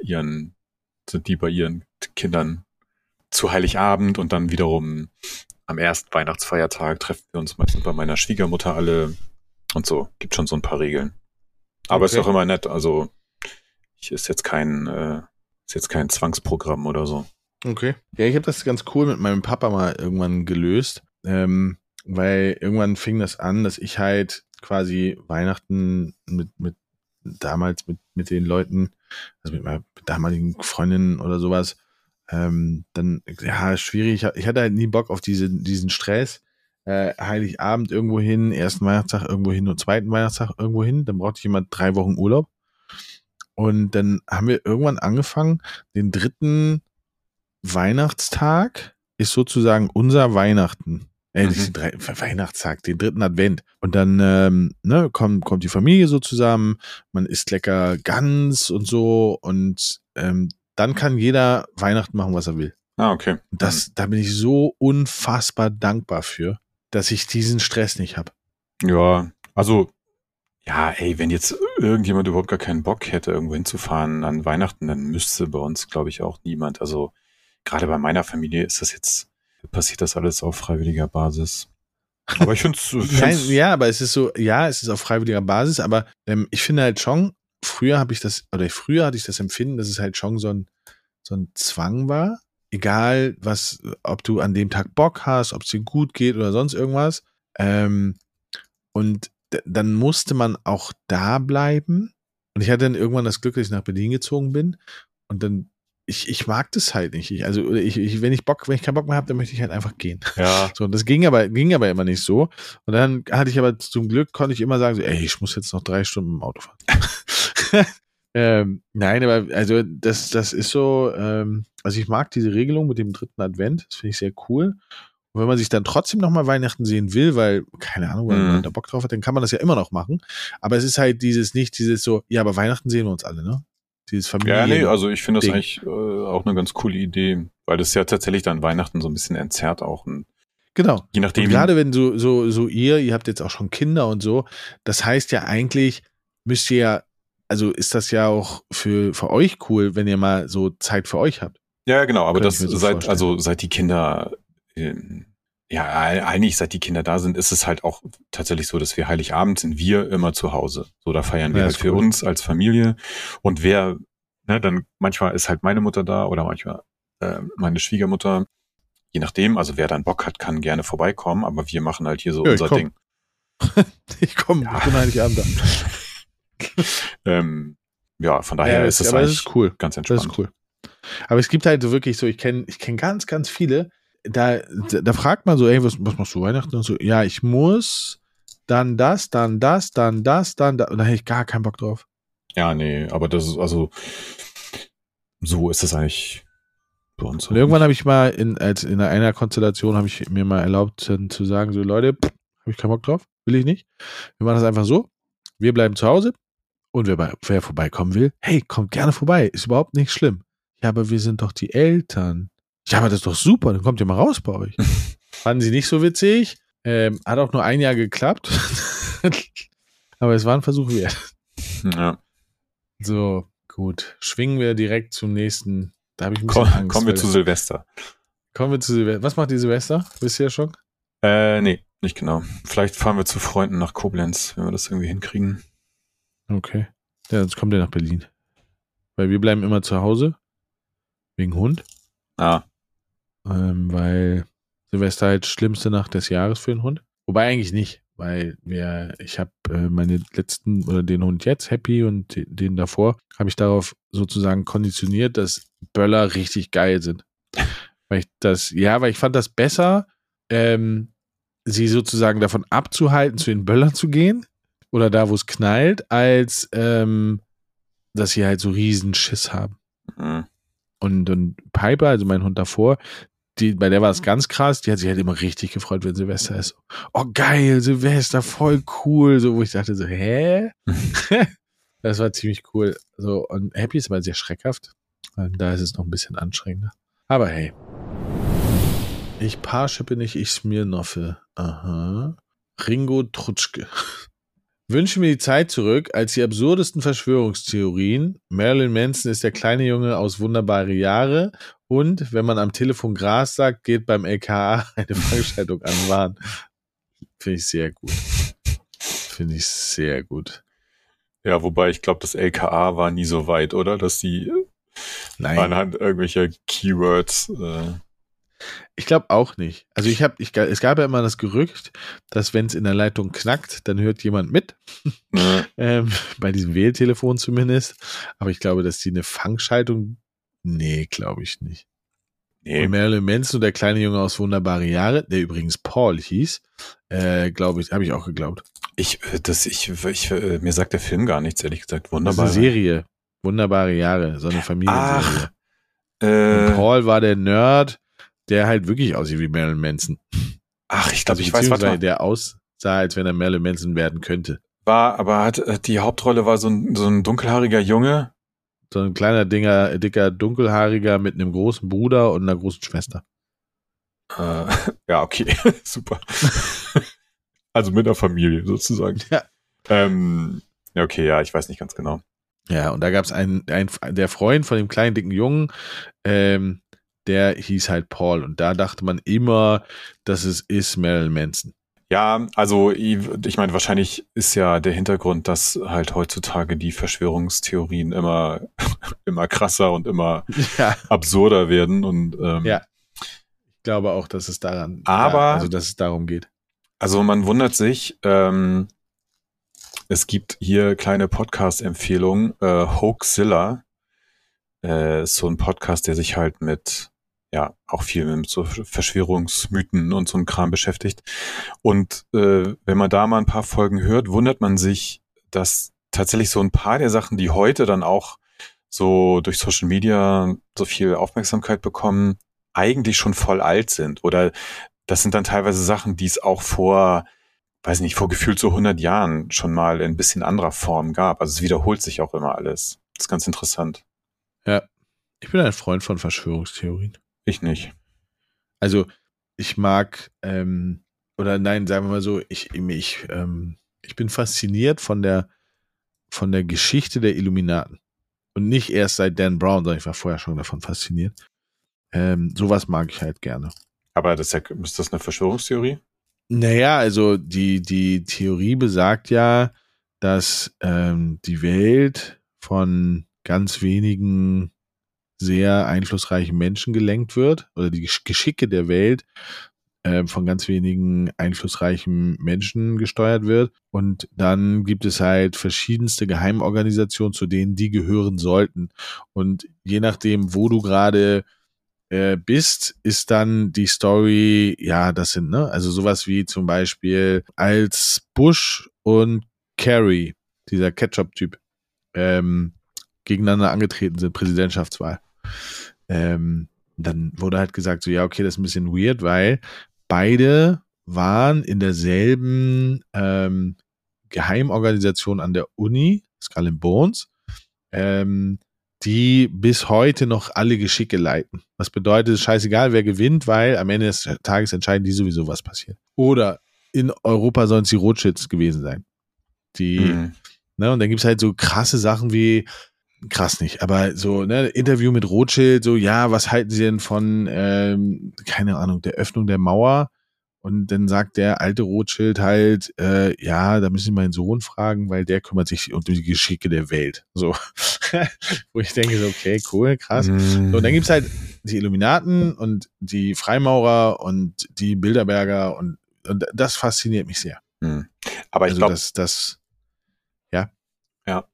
sind die bei ihren Kindern zu Heiligabend und dann wiederum am ersten Weihnachtsfeiertag treffen wir uns meistens bei meiner Schwiegermutter alle und so. Gibt schon so ein paar Regeln. Aber ist doch immer nett. Also ist jetzt kein Zwangsprogramm oder so. Okay. Ja, ich habe das ganz cool mit meinem Papa mal irgendwann gelöst, weil irgendwann fing das an, dass ich halt quasi Weihnachten damals mit den Leuten, also mit meiner damaligen Freundin oder sowas, dann, ja, schwierig. Ich hatte halt nie Bock auf diesen Stress. Heiligabend irgendwo hin, ersten Weihnachtstag irgendwo hin und zweiten Weihnachtstag irgendwo hin. Dann brauchte ich immer 3 Wochen Urlaub. Und dann haben wir irgendwann angefangen, den 3. Weihnachtstag ist sozusagen unser Weihnachten. Weihnachtstag, den 3. Advent. Und dann kommt die Familie so zusammen, man isst lecker Gans und so und dann kann jeder Weihnachten machen, was er will. Ah, okay. Und da bin ich so unfassbar dankbar für, dass ich diesen Stress nicht habe. Ja, also, ja, ey, wenn jetzt irgendjemand überhaupt gar keinen Bock hätte, irgendwo hinzufahren an Weihnachten, dann müsste bei uns, glaube ich, auch niemand. Also, gerade bei meiner Familie passiert das alles auf freiwilliger Basis. Aber ich finde es... Ja, aber es ist so, ja, es ist auf freiwilliger Basis, aber ich finde halt schon, früher hatte ich das Empfinden, dass es halt schon so ein Zwang war. Egal, ob du an dem Tag Bock hast, ob es dir gut geht oder sonst irgendwas. Und dann musste man auch da bleiben. Und ich hatte dann irgendwann das Glück, dass ich nach Berlin gezogen bin. Und dann, ich mag das halt nicht. Wenn ich keinen Bock mehr habe, dann möchte ich halt einfach gehen. Ja. So, und das ging aber immer nicht so. Und dann hatte ich aber zum Glück, konnte ich immer sagen, so, ey, ich muss jetzt noch 3 Stunden im Auto fahren. Nein, aber also das ist so, also ich mag diese Regelung mit dem 3. Advent, das finde ich sehr cool. Und wenn man sich dann trotzdem nochmal Weihnachten sehen will, weil, keine Ahnung, weil man da Bock drauf hat, dann kann man das ja immer noch machen. Aber es ist halt dieses so, ja, aber Weihnachten sehen wir uns alle, ne? Dieses Familien. Ja, nee, also ich finde das eigentlich auch eine ganz coole Idee, weil das ja tatsächlich dann Weihnachten so ein bisschen entzerrt auch. Genau. Je nachdem. Und gerade wenn so ihr habt jetzt auch schon Kinder und so, das heißt ja eigentlich, müsst ihr ja, also ist das ja auch für euch cool, wenn ihr mal so Zeit für euch habt. Ja, genau, aber das so seit die Kinder, eigentlich seit die Kinder da sind, ist es halt auch tatsächlich so, dass wir Heiligabend sind wir immer zu Hause. So, da feiern wir halt für uns als Familie. Und dann manchmal ist halt meine Mutter da oder manchmal meine Schwiegermutter. Je nachdem, also wer dann Bock hat, kann gerne vorbeikommen, aber wir machen halt hier so unser Ding. Ich komme, ich bin Heiligabend da. Von daher ist es eigentlich cool. Ganz entspannt. Das ist cool. Aber es gibt halt so wirklich so, ich kenn ganz, ganz viele, da fragt man so, ey, was machst du Weihnachten? Und so, ja, ich muss dann das, dann das, dann das, dann das. Und da hätte ich gar keinen Bock drauf. Ja, nee, aber das ist also, so ist es eigentlich bei uns. Und irgendwann habe ich mal in einer Konstellation habe ich mir mal erlaubt zu sagen, so Leute, habe ich keinen Bock drauf, will ich nicht. Wir machen das einfach so, wir bleiben zu Hause und wer vorbeikommen will, hey, kommt gerne vorbei, ist überhaupt nicht schlimm. Ja, aber wir sind doch die Eltern. Ja, aber das ist doch super, dann kommt ihr mal raus bei euch. Fanden sie nicht so witzig, hat auch nur ein Jahr geklappt, aber es war ein Versuch wert. Ja. So, gut, schwingen wir direkt zum nächsten. Da habe ich ein bisschen Angst. Kommen wir zu Silvester. Was macht die Silvester? Wisst ihr ja schon? Nee, nicht genau. Vielleicht fahren wir zu Freunden nach Koblenz, wenn wir das irgendwie hinkriegen. Okay. Ja, sonst kommt ihr nach Berlin. Weil wir bleiben immer zu Hause. Wegen Hund. Weil Silvester halt schlimmste Nacht des Jahres für den Hund. Wobei eigentlich nicht, weil ich habe meine letzten, oder den Hund jetzt, Happy, und den davor, habe ich darauf sozusagen konditioniert, dass Böller richtig geil sind. Weil ich fand das besser, sie sozusagen davon abzuhalten, zu den Böllern zu gehen, oder da, wo es knallt, als dass sie halt so riesen Schiss haben. Mhm. Und Piper, also mein Hund davor, bei der war es ganz krass, die hat sich halt immer richtig gefreut, wenn Silvester ist. Oh geil, Silvester, voll cool. So, wo ich dachte so, hä? Das war ziemlich cool. So, und Happy ist aber sehr schreckhaft. Da ist es noch ein bisschen anstrengender. Aber hey. Ich Paarschippe nicht, ich Smirnoffe. Aha. Ringo Trutschke. Wünsche mir die Zeit zurück, als die absurdesten Verschwörungstheorien, Marilyn Manson ist der kleine Junge aus Wunderbare Jahre und wenn man am Telefon Gras sagt, geht beim LKA eine Veranstaltung an waren. Finde ich sehr gut. Ja, wobei ich glaube, das LKA war nie so weit, oder? Dass die anhand irgendwelcher Keywords Ich glaube auch nicht. Also es gab ja immer das Gerücht, dass wenn es in der Leitung knackt, dann hört jemand mit. Bei diesem Wähltelefon zumindest. Aber ich glaube, dass die eine Fangschaltung, nee, glaube ich nicht. Nee. Und Marilyn Manson und der kleine Junge aus Wunderbare Jahre, der übrigens Paul hieß, glaube ich, habe ich auch geglaubt. Mir sagt der Film gar nichts, ehrlich gesagt. Wunderbare. Das ist eine Serie. Wunderbare Jahre, so eine Familienserie. Und Paul war der Nerd, der halt wirklich aussieht wie Marilyn Manson. Ach, ich glaube, ich weiß, was der aussah, als wenn er Marilyn Manson werden könnte. Die Hauptrolle war so ein dunkelhaariger Junge. So ein kleiner, dicker, dunkelhaariger mit einem großen Bruder und einer großen Schwester. Ja, okay, super. Also mit einer Familie sozusagen. Ja. Okay, ja, ich weiß nicht ganz genau. Ja, und da gab es der Freund von dem kleinen, dicken Jungen, der hieß halt Paul. Und da dachte man immer, dass es ist Marilyn Manson. Ja, also ich meine, wahrscheinlich ist ja der Hintergrund, dass halt heutzutage die Verschwörungstheorien immer krasser und immer absurder werden. Und ja, ich glaube auch, dass es daran, dass es darum geht. Also man wundert sich, es gibt hier kleine Podcast-Empfehlungen, Hoaxilla. ist so ein Podcast, der sich halt mit, ja, auch viel mit so Verschwörungsmythen und so einem Kram beschäftigt. Und wenn man da mal ein paar Folgen hört, wundert man sich, dass tatsächlich so ein paar der Sachen, die heute dann auch so durch Social Media so viel Aufmerksamkeit bekommen, eigentlich schon voll alt sind. Oder das sind dann teilweise Sachen, die es auch vor gefühlt so 100 Jahren schon mal in ein bisschen anderer Form gab. Also es wiederholt sich auch immer alles. Das ist ganz interessant. Ja, ich bin ein Freund von Verschwörungstheorien. Ich nicht. Also ich mag, oder nein, sagen wir mal so, ich bin fasziniert von der Geschichte der Illuminaten. Und nicht erst seit Dan Brown, sondern ich war vorher schon davon fasziniert. Sowas mag ich halt gerne. Aber ist das eine Verschwörungstheorie? Naja, also die Theorie besagt ja, dass die Welt von ganz wenigen sehr einflussreichen Menschen gelenkt wird oder die Geschicke der Welt von ganz wenigen einflussreichen Menschen gesteuert wird. Und dann gibt es halt verschiedenste Geheimorganisationen, zu denen die gehören sollten. Und je nachdem, wo du gerade bist, ist dann die Story, ja, das sind, ne, also sowas wie zum Beispiel, als Bush und Kerry, dieser Ketchup-Typ, gegeneinander angetreten sind, Präsidentschaftswahl. Dann wurde halt gesagt, so, ja, okay, das ist ein bisschen weird, weil beide waren in derselben Geheimorganisation an der Uni, Skull and Bones, die bis heute noch alle Geschicke leiten. Was bedeutet, es ist scheißegal, wer gewinnt, weil am Ende des Tages entscheiden die sowieso, was passiert. Oder in Europa sollen es die Rothschilds gewesen sein. Ne, und dann gibt es halt so krasse Sachen wie, krass nicht, aber so, ne, Interview mit Rothschild, so, ja, was halten Sie denn von, keine Ahnung, der Öffnung der Mauer? Und dann sagt der alte Rothschild halt, ja, da müssen Sie meinen Sohn fragen, weil der kümmert sich um die Geschicke der Welt. So, wo ich denke, so, okay, cool, krass. So, und dann gibt's halt die Illuminaten und die Freimaurer und die Bilderberger und das fasziniert mich sehr. Aber ich glaube, ja.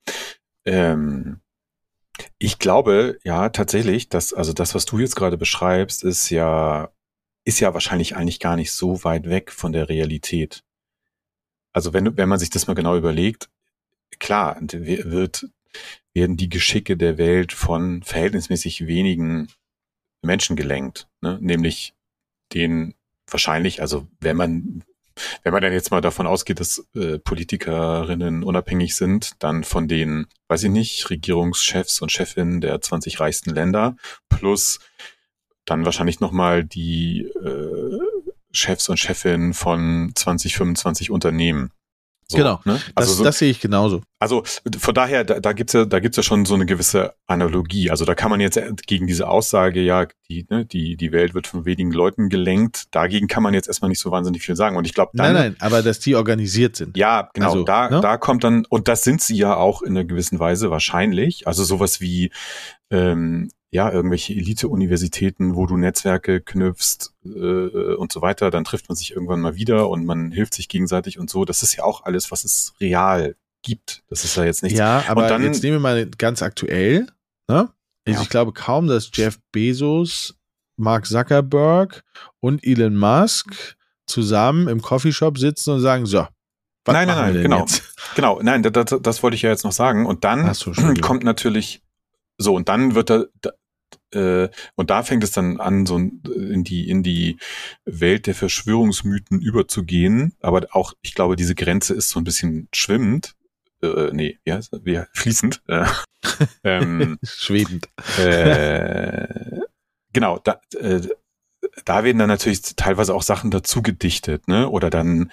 Ich glaube, ja, tatsächlich, also das, was du jetzt gerade beschreibst, ist ja wahrscheinlich eigentlich gar nicht so weit weg von der Realität. Also wenn man sich das mal genau überlegt, klar, werden die Geschicke der Welt von verhältnismäßig wenigen Menschen gelenkt, ne? Nämlich den wahrscheinlich, also wenn man dann jetzt mal davon ausgeht, dass Politikerinnen unabhängig sind, dann von den, weiß ich nicht, Regierungschefs und Chefinnen der 20 reichsten Länder plus dann wahrscheinlich nochmal die Chefs und Chefinnen von 20, 25 Unternehmen. So, genau, ne? Also das sehe ich genauso. Also von daher, da gibt's ja schon so eine gewisse Analogie. Also da kann man jetzt gegen diese Aussage, ja, die Welt wird von wenigen Leuten gelenkt, dagegen kann man jetzt erstmal nicht so wahnsinnig viel sagen. Und ich glaube dann. Nein, aber dass die organisiert sind. Ja, genau, also, da kommt dann, und das sind sie ja auch in einer gewissen Weise wahrscheinlich. Also sowas wie irgendwelche Elite-Universitäten, wo du Netzwerke knüpfst und so weiter, dann trifft man sich irgendwann mal wieder und man hilft sich gegenseitig und so. Das ist ja auch alles, was es real gibt. Das ist ja jetzt nichts. Ja, aber und dann, jetzt nehmen wir mal ganz aktuell. Ne? Also ich glaube kaum, dass Jeff Bezos, Mark Zuckerberg und Elon Musk zusammen im Coffeeshop sitzen und sagen, so, was nein, genau. Jetzt? Genau, nein, das wollte ich ja jetzt noch sagen. Und dann kommt natürlich so, und dann wird und da fängt es dann an, so in die Welt der Verschwörungsmythen überzugehen. Aber auch, ich glaube, diese Grenze ist so ein bisschen schwimmend. Fließend. Schwebend. Genau, da werden dann natürlich teilweise auch Sachen dazu gedichtet, ne? Oder dann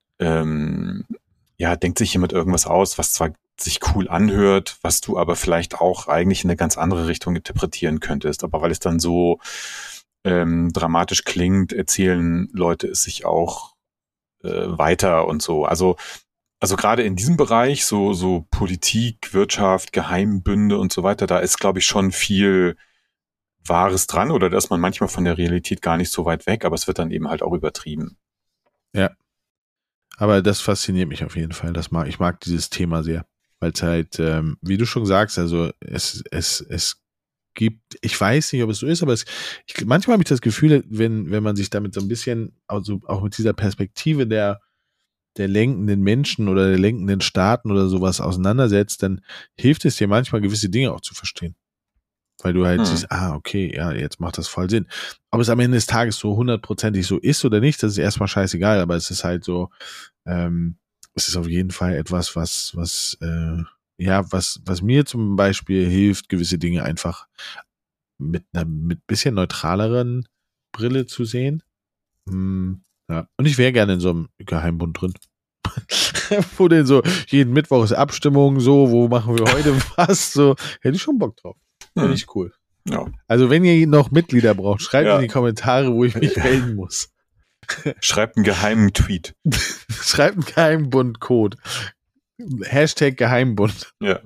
denkt sich jemand irgendwas aus, was zwar sich cool anhört, was du aber vielleicht auch eigentlich in eine ganz andere Richtung interpretieren könntest. Aber weil es dann so dramatisch klingt, erzählen Leute es sich auch weiter und so. Also gerade in diesem Bereich, so Politik, Wirtschaft, Geheimbünde und so weiter, da ist, glaube ich, schon viel Wahres dran oder da ist man manchmal von der Realität gar nicht so weit weg, aber es wird dann eben halt auch übertrieben. Ja. Aber das fasziniert mich auf jeden Fall. Ich mag dieses Thema sehr. Weil es halt, wie du schon sagst, also es gibt. Ich weiß nicht, ob es so ist, aber manchmal habe ich das Gefühl, wenn man sich damit so ein bisschen, also auch mit dieser Perspektive der lenkenden Menschen oder der lenkenden Staaten oder sowas auseinandersetzt, dann hilft es dir manchmal, gewisse Dinge auch zu verstehen. Weil du halt siehst, okay, ja, jetzt macht das voll Sinn. Ob es am Ende des Tages so 100% so ist oder nicht, das ist erstmal scheißegal, aber es ist halt so, es ist auf jeden Fall etwas, was mir zum Beispiel hilft, gewisse Dinge einfach mit bisschen neutraleren Brille zu sehen. Ja. Und ich wäre gerne in so einem Geheimbund drin. Wo denn so, jeden Mittwoch ist Abstimmung, so, wo machen wir heute was, so, hätte ich schon Bock drauf. Finde ich cool. Ja. Also wenn ihr noch Mitglieder braucht, schreibt in die Kommentare, wo ich mich melden muss. Schreibt einen geheimen Tweet. Schreibt einen Geheimbund-Code. Hashtag Geheimbund. Ja.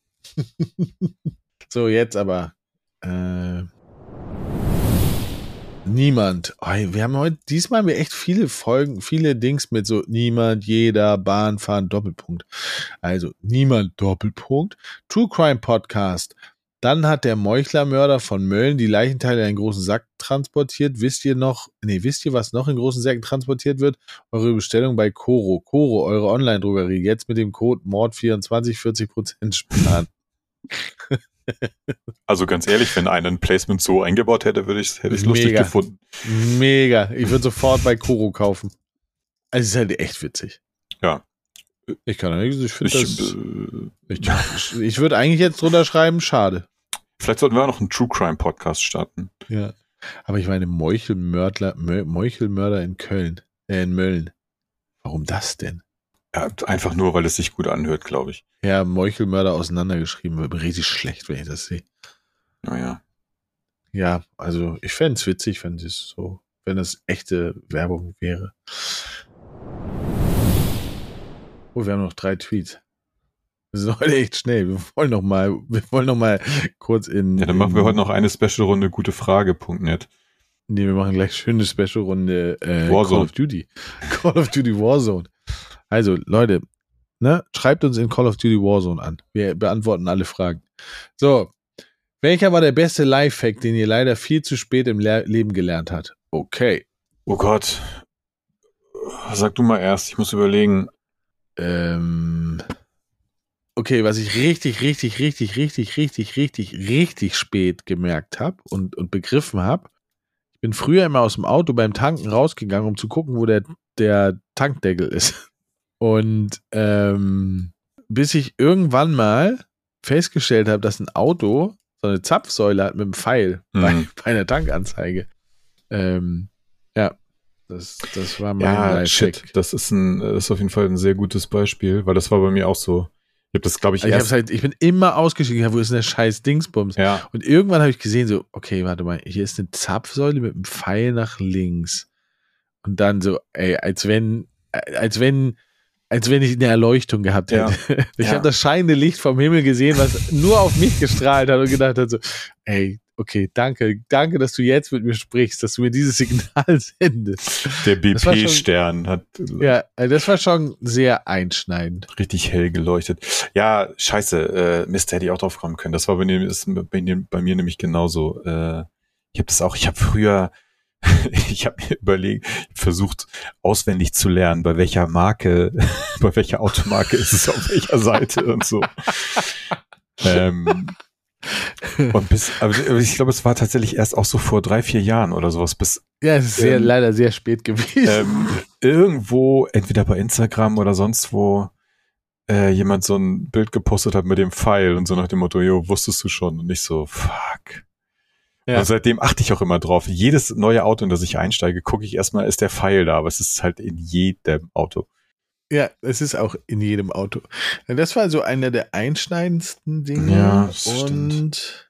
So, jetzt aber niemand. Oh, wir haben diesmal haben wir echt viele Folgen, viele Dings mit so niemand, jeder, Bahnfahren, Doppelpunkt. Also niemand, Doppelpunkt. True Crime Podcast. Dann hat der Meuchlermörder von Mölln die Leichenteile in einen großen Sack transportiert. Wisst ihr, was noch in großen Säcken transportiert wird? Eure Bestellung bei Coro. Coro, eure Online-Drogerie. Jetzt mit dem Code MORD24 40% sparen. Also ganz ehrlich, wenn einer ein Placement so eingebaut hätte, hätte ich es lustig gefunden. Mega. Ich würde sofort bei Coro kaufen. Also es ist halt echt witzig. Ja. Ich kann ja nichts, ich finde das. Ich würde eigentlich jetzt drunter schreiben, schade. Vielleicht sollten wir auch noch einen True Crime Podcast starten. Ja. Aber ich meine, Meuchelmörder in Mölln. Warum das denn? Ja, einfach nur, weil es sich gut anhört, glaube ich. Ja, Meuchelmörder auseinandergeschrieben, wird richtig schlecht, wenn ich das sehe. Naja. Ja, also ich fände es witzig, wenn es echte Werbung wäre. Oh, wir haben noch 3 Tweets. Das ist heute echt schnell. Wir wollen noch mal kurz in... Ja, dann machen wir heute noch eine Special-Runde gutefrage.net. Nee, wir machen gleich schöne Special-Runde Warzone. Call of Duty. Call of Duty Warzone. Also, Leute, schreibt uns in Call of Duty Warzone an. Wir beantworten alle Fragen. So, welcher war der beste Lifehack, den ihr leider viel zu spät im Leben gelernt habt? Okay. Oh Gott. Sag du mal erst, ich muss überlegen. Okay, was ich richtig spät gemerkt habe und begriffen habe, ich bin früher immer aus dem Auto beim Tanken rausgegangen, um zu gucken, wo der Tankdeckel ist. Und bis ich irgendwann mal festgestellt habe, dass ein Auto so eine Zapfsäule hat mit einem Pfeil bei einer Tankanzeige. Ja, das war mein Lifehack. Shit, das ist auf jeden Fall ein sehr gutes Beispiel, weil das war bei mir auch so. Ich habe das, glaube ich, ich bin immer ausgestiegen, wo ist denn der scheiß Dingsbums? Ja. Und irgendwann habe ich gesehen, so, okay, warte mal, hier ist eine Zapfsäule mit einem Pfeil nach links. Und dann so, als wenn ich eine Erleuchtung gehabt hätte. Ja. Ich habe das scheinende Licht vom Himmel gesehen, was nur auf mich gestrahlt hat und gedacht hat so, okay, danke, dass du jetzt mit mir sprichst, dass du mir dieses Signal sendest. Der BP-Stern hat... Ja, das war schon sehr einschneidend. Richtig hell geleuchtet. Ja, scheiße, Mist, hätte ich auch drauf kommen können. Das war bei mir nämlich genauso. Ich habe mir versucht, auswendig zu lernen, bei welcher Automarke ist es auf welcher Seite und so. Aber ich glaube, es war tatsächlich erst auch so vor 3-4 Jahren oder sowas. Ja, es ist leider sehr spät gewesen. Irgendwo, entweder bei Instagram oder sonst wo, jemand so ein Bild gepostet hat mit dem Pfeil und so nach dem Motto, jo, wusstest du schon? Und ich so, fuck. Ja. Und seitdem achte ich auch immer drauf. Jedes neue Auto, in das ich einsteige, gucke ich erstmal, ist der Pfeil da, aber es ist halt in jedem Auto. Ja, es ist auch in jedem Auto. Das war so einer der einschneidendsten Dinge. Ja, und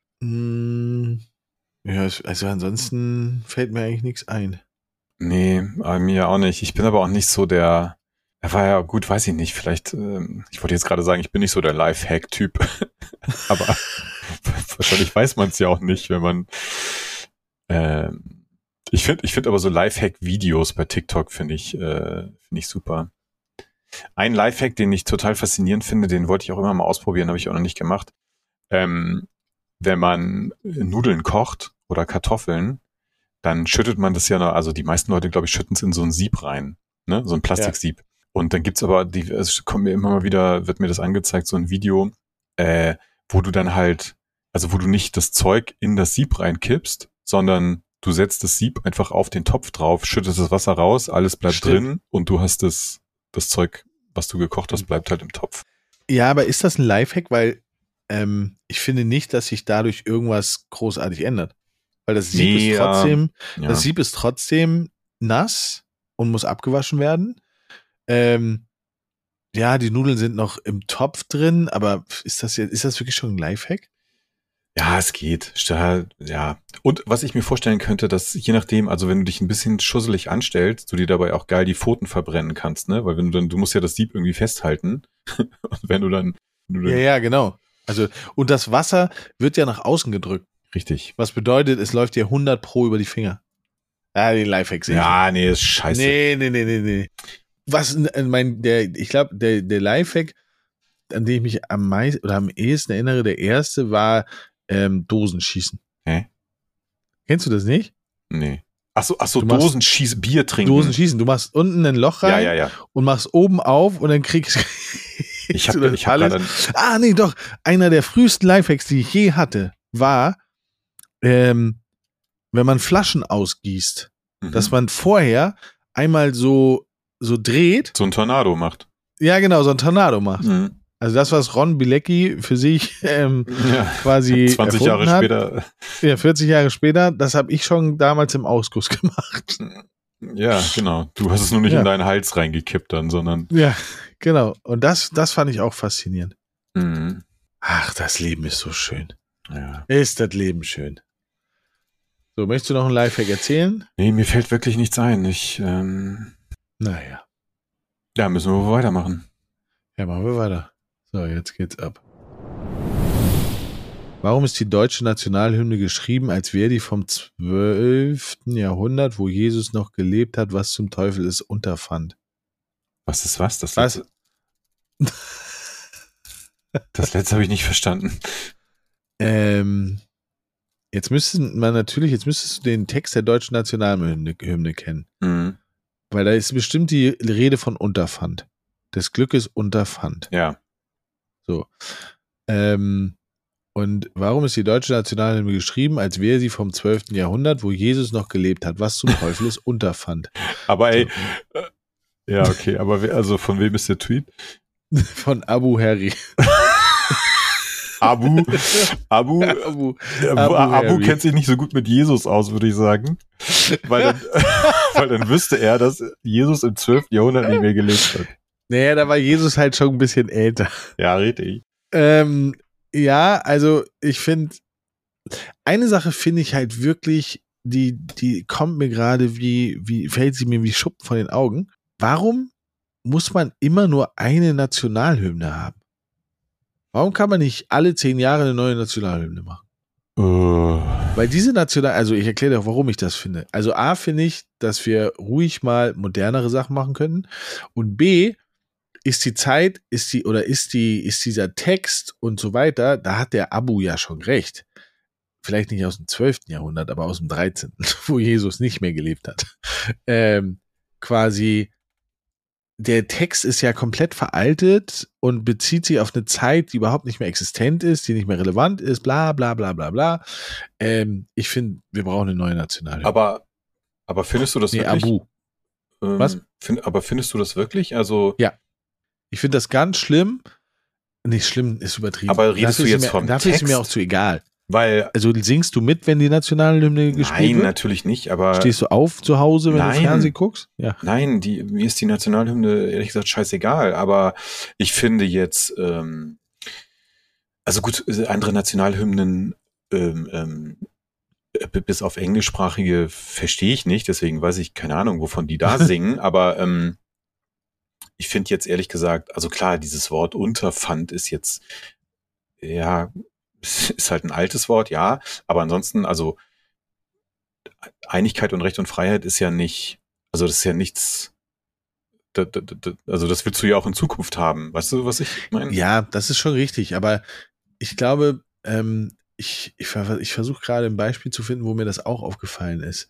also ansonsten fällt mir eigentlich nichts ein. Nee, mir auch nicht. Ich bin aber auch nicht so er war ja gut, weiß ich nicht, vielleicht, ich wollte jetzt gerade sagen, ich bin nicht so der Lifehack-Typ, aber wahrscheinlich weiß man es ja auch nicht, wenn man ich finde aber so Lifehack-Videos bei TikTok finde ich super. Ein Lifehack, den ich total faszinierend finde, den wollte ich auch immer mal ausprobieren, habe ich auch noch nicht gemacht. wenn man Nudeln kocht oder Kartoffeln, dann schüttet man das ja noch, also die meisten Leute, glaube ich, schütten es in so ein Sieb rein, ne, so ein Plastiksieb. Und dann gibt's aber, es kommt mir immer mal wieder, wird mir das angezeigt, so ein Video, wo du dann halt, also wo du nicht das Zeug in das Sieb reinkippst, sondern du setzt das Sieb einfach auf den Topf drauf, schüttest das Wasser raus, alles bleibt drin und du hast das Zeug, was du gekocht hast, bleibt halt im Topf. Ja, aber ist das ein Lifehack? Weil ich finde nicht, dass sich dadurch irgendwas großartig ändert. Weil das Sieb ist trotzdem, das Sieb ist trotzdem nass und muss abgewaschen werden. Ja, die Nudeln sind noch im Topf drin, aber ist das wirklich schon ein Lifehack? Ja, es geht. Ja. Und was ich mir vorstellen könnte, dass je nachdem, also wenn du dich ein bisschen schusselig anstellst, du dir dabei auch geil die Pfoten verbrennen kannst, ne? Weil du musst ja das Sieb irgendwie festhalten. Und wenn du dann ja, genau. Also, und das Wasser wird ja nach außen gedrückt. Richtig. Was bedeutet, es läuft dir 100 Pro über die Finger. Ja, die Lifehacks. Ja, nee, ist scheiße. Nee. Was, ich glaube, der Lifehack, an den ich mich am meisten oder am ehesten erinnere, der erste war Dosenschießen. Hä? Kennst du das nicht? Nee. Achso, Dosenschießen, Bier trinken. Dosenschießen. Du machst unten ein Loch rein ja. Und machst oben auf und dann kriegst ich hab alles. Nee, doch. Einer der frühesten Lifehacks, die ich je hatte, war, wenn man Flaschen ausgießt, dass man vorher einmal so dreht. So ein Tornado macht. Ja, genau, so ein Tornado macht. Mhm. Also das, was Ron Bilecki für sich quasi 20 Jahre später. Ja, 40 Jahre später, das habe ich schon damals im Ausguss gemacht. Ja, genau. Du hast es nur nicht in deinen Hals reingekippt dann, sondern... Ja, genau. Und das fand ich auch faszinierend. Mhm. Ach, das Leben ist so schön. Ja. Ist das Leben schön. So, möchtest du noch einen Lifehack erzählen? Nee, mir fällt wirklich nichts ein. Naja. Ja, müssen wir weitermachen. Ja, machen wir weiter. So, jetzt geht's ab. Warum ist die deutsche Nationalhymne geschrieben, als wäre die vom 12. Jahrhundert, wo Jesus noch gelebt hat, was zum Teufel es unterfand? Was ist was? Das letzte habe ich nicht verstanden. Jetzt müsstest du den Text der deutschen Nationalhymne kennen. Mhm. Weil da ist bestimmt die Rede von Unterpfand. Des Glückes Unterpfand. Ja. So. Und warum ist die deutsche Nationalhymne geschrieben, als wäre sie vom 12. Jahrhundert, wo Jesus noch gelebt hat? Was zum Teufel ist Unterpfand? Aber ey, ja, okay, aber also von wem ist der Tweet? Von Abu Harry. Abu kennt sich nicht so gut mit Jesus aus, würde ich sagen. Weil dann wüsste er, dass Jesus im 12. Jahrhundert nicht mehr gelebt hat. Naja, da war Jesus halt schon ein bisschen älter. Ja, richtig. Ja, also ich finde, eine Sache finde ich halt wirklich, die kommt mir gerade fällt sie mir wie Schuppen von den Augen. Warum muss man immer nur eine Nationalhymne haben? Warum kann man nicht alle 10 Jahre eine neue Nationalhymne machen? Weil diese also ich erkläre dir auch, warum ich das finde. Also A, finde ich, dass wir ruhig mal modernere Sachen machen könnten. Und B, ist dieser Text und so weiter, da hat der Abu ja schon recht. Vielleicht nicht aus dem 12. Jahrhundert, aber aus dem 13., wo Jesus nicht mehr gelebt hat. Quasi, der Text ist ja komplett veraltet und bezieht sich auf eine Zeit, die überhaupt nicht mehr existent ist, die nicht mehr relevant ist, bla bla bla bla bla. Ich finde, wir brauchen eine neue Nationalhymne. Aber findest du das wirklich? Abu. Was? Aber findest du das wirklich? Also ja. Ich finde das ganz schlimm. Nicht schlimm, ist übertrieben. Aber redest du jetzt vom Text? Dafür ist mir auch zu egal. Weil, also singst du mit, wenn die Nationalhymne gespielt wird? Nein, natürlich nicht, aber... Stehst du auf zu Hause, wenn du Fernsehen guckst? Ja. Nein, mir ist die Nationalhymne ehrlich gesagt scheißegal, aber ich finde jetzt, also gut, andere Nationalhymnen, bis auf englischsprachige verstehe ich nicht, deswegen weiß ich keine Ahnung, wovon die da singen, aber ich finde jetzt ehrlich gesagt, also klar, dieses Wort Unterpfand ist jetzt, ja, ist halt ein altes Wort, ja, aber ansonsten, also Einigkeit und Recht und Freiheit ist ja nicht, also das ist ja nichts, also das willst du ja auch in Zukunft haben, weißt du, was ich meine? Ja, das ist schon richtig, aber ich glaube, ich versuche gerade ein Beispiel zu finden, wo mir das auch aufgefallen ist.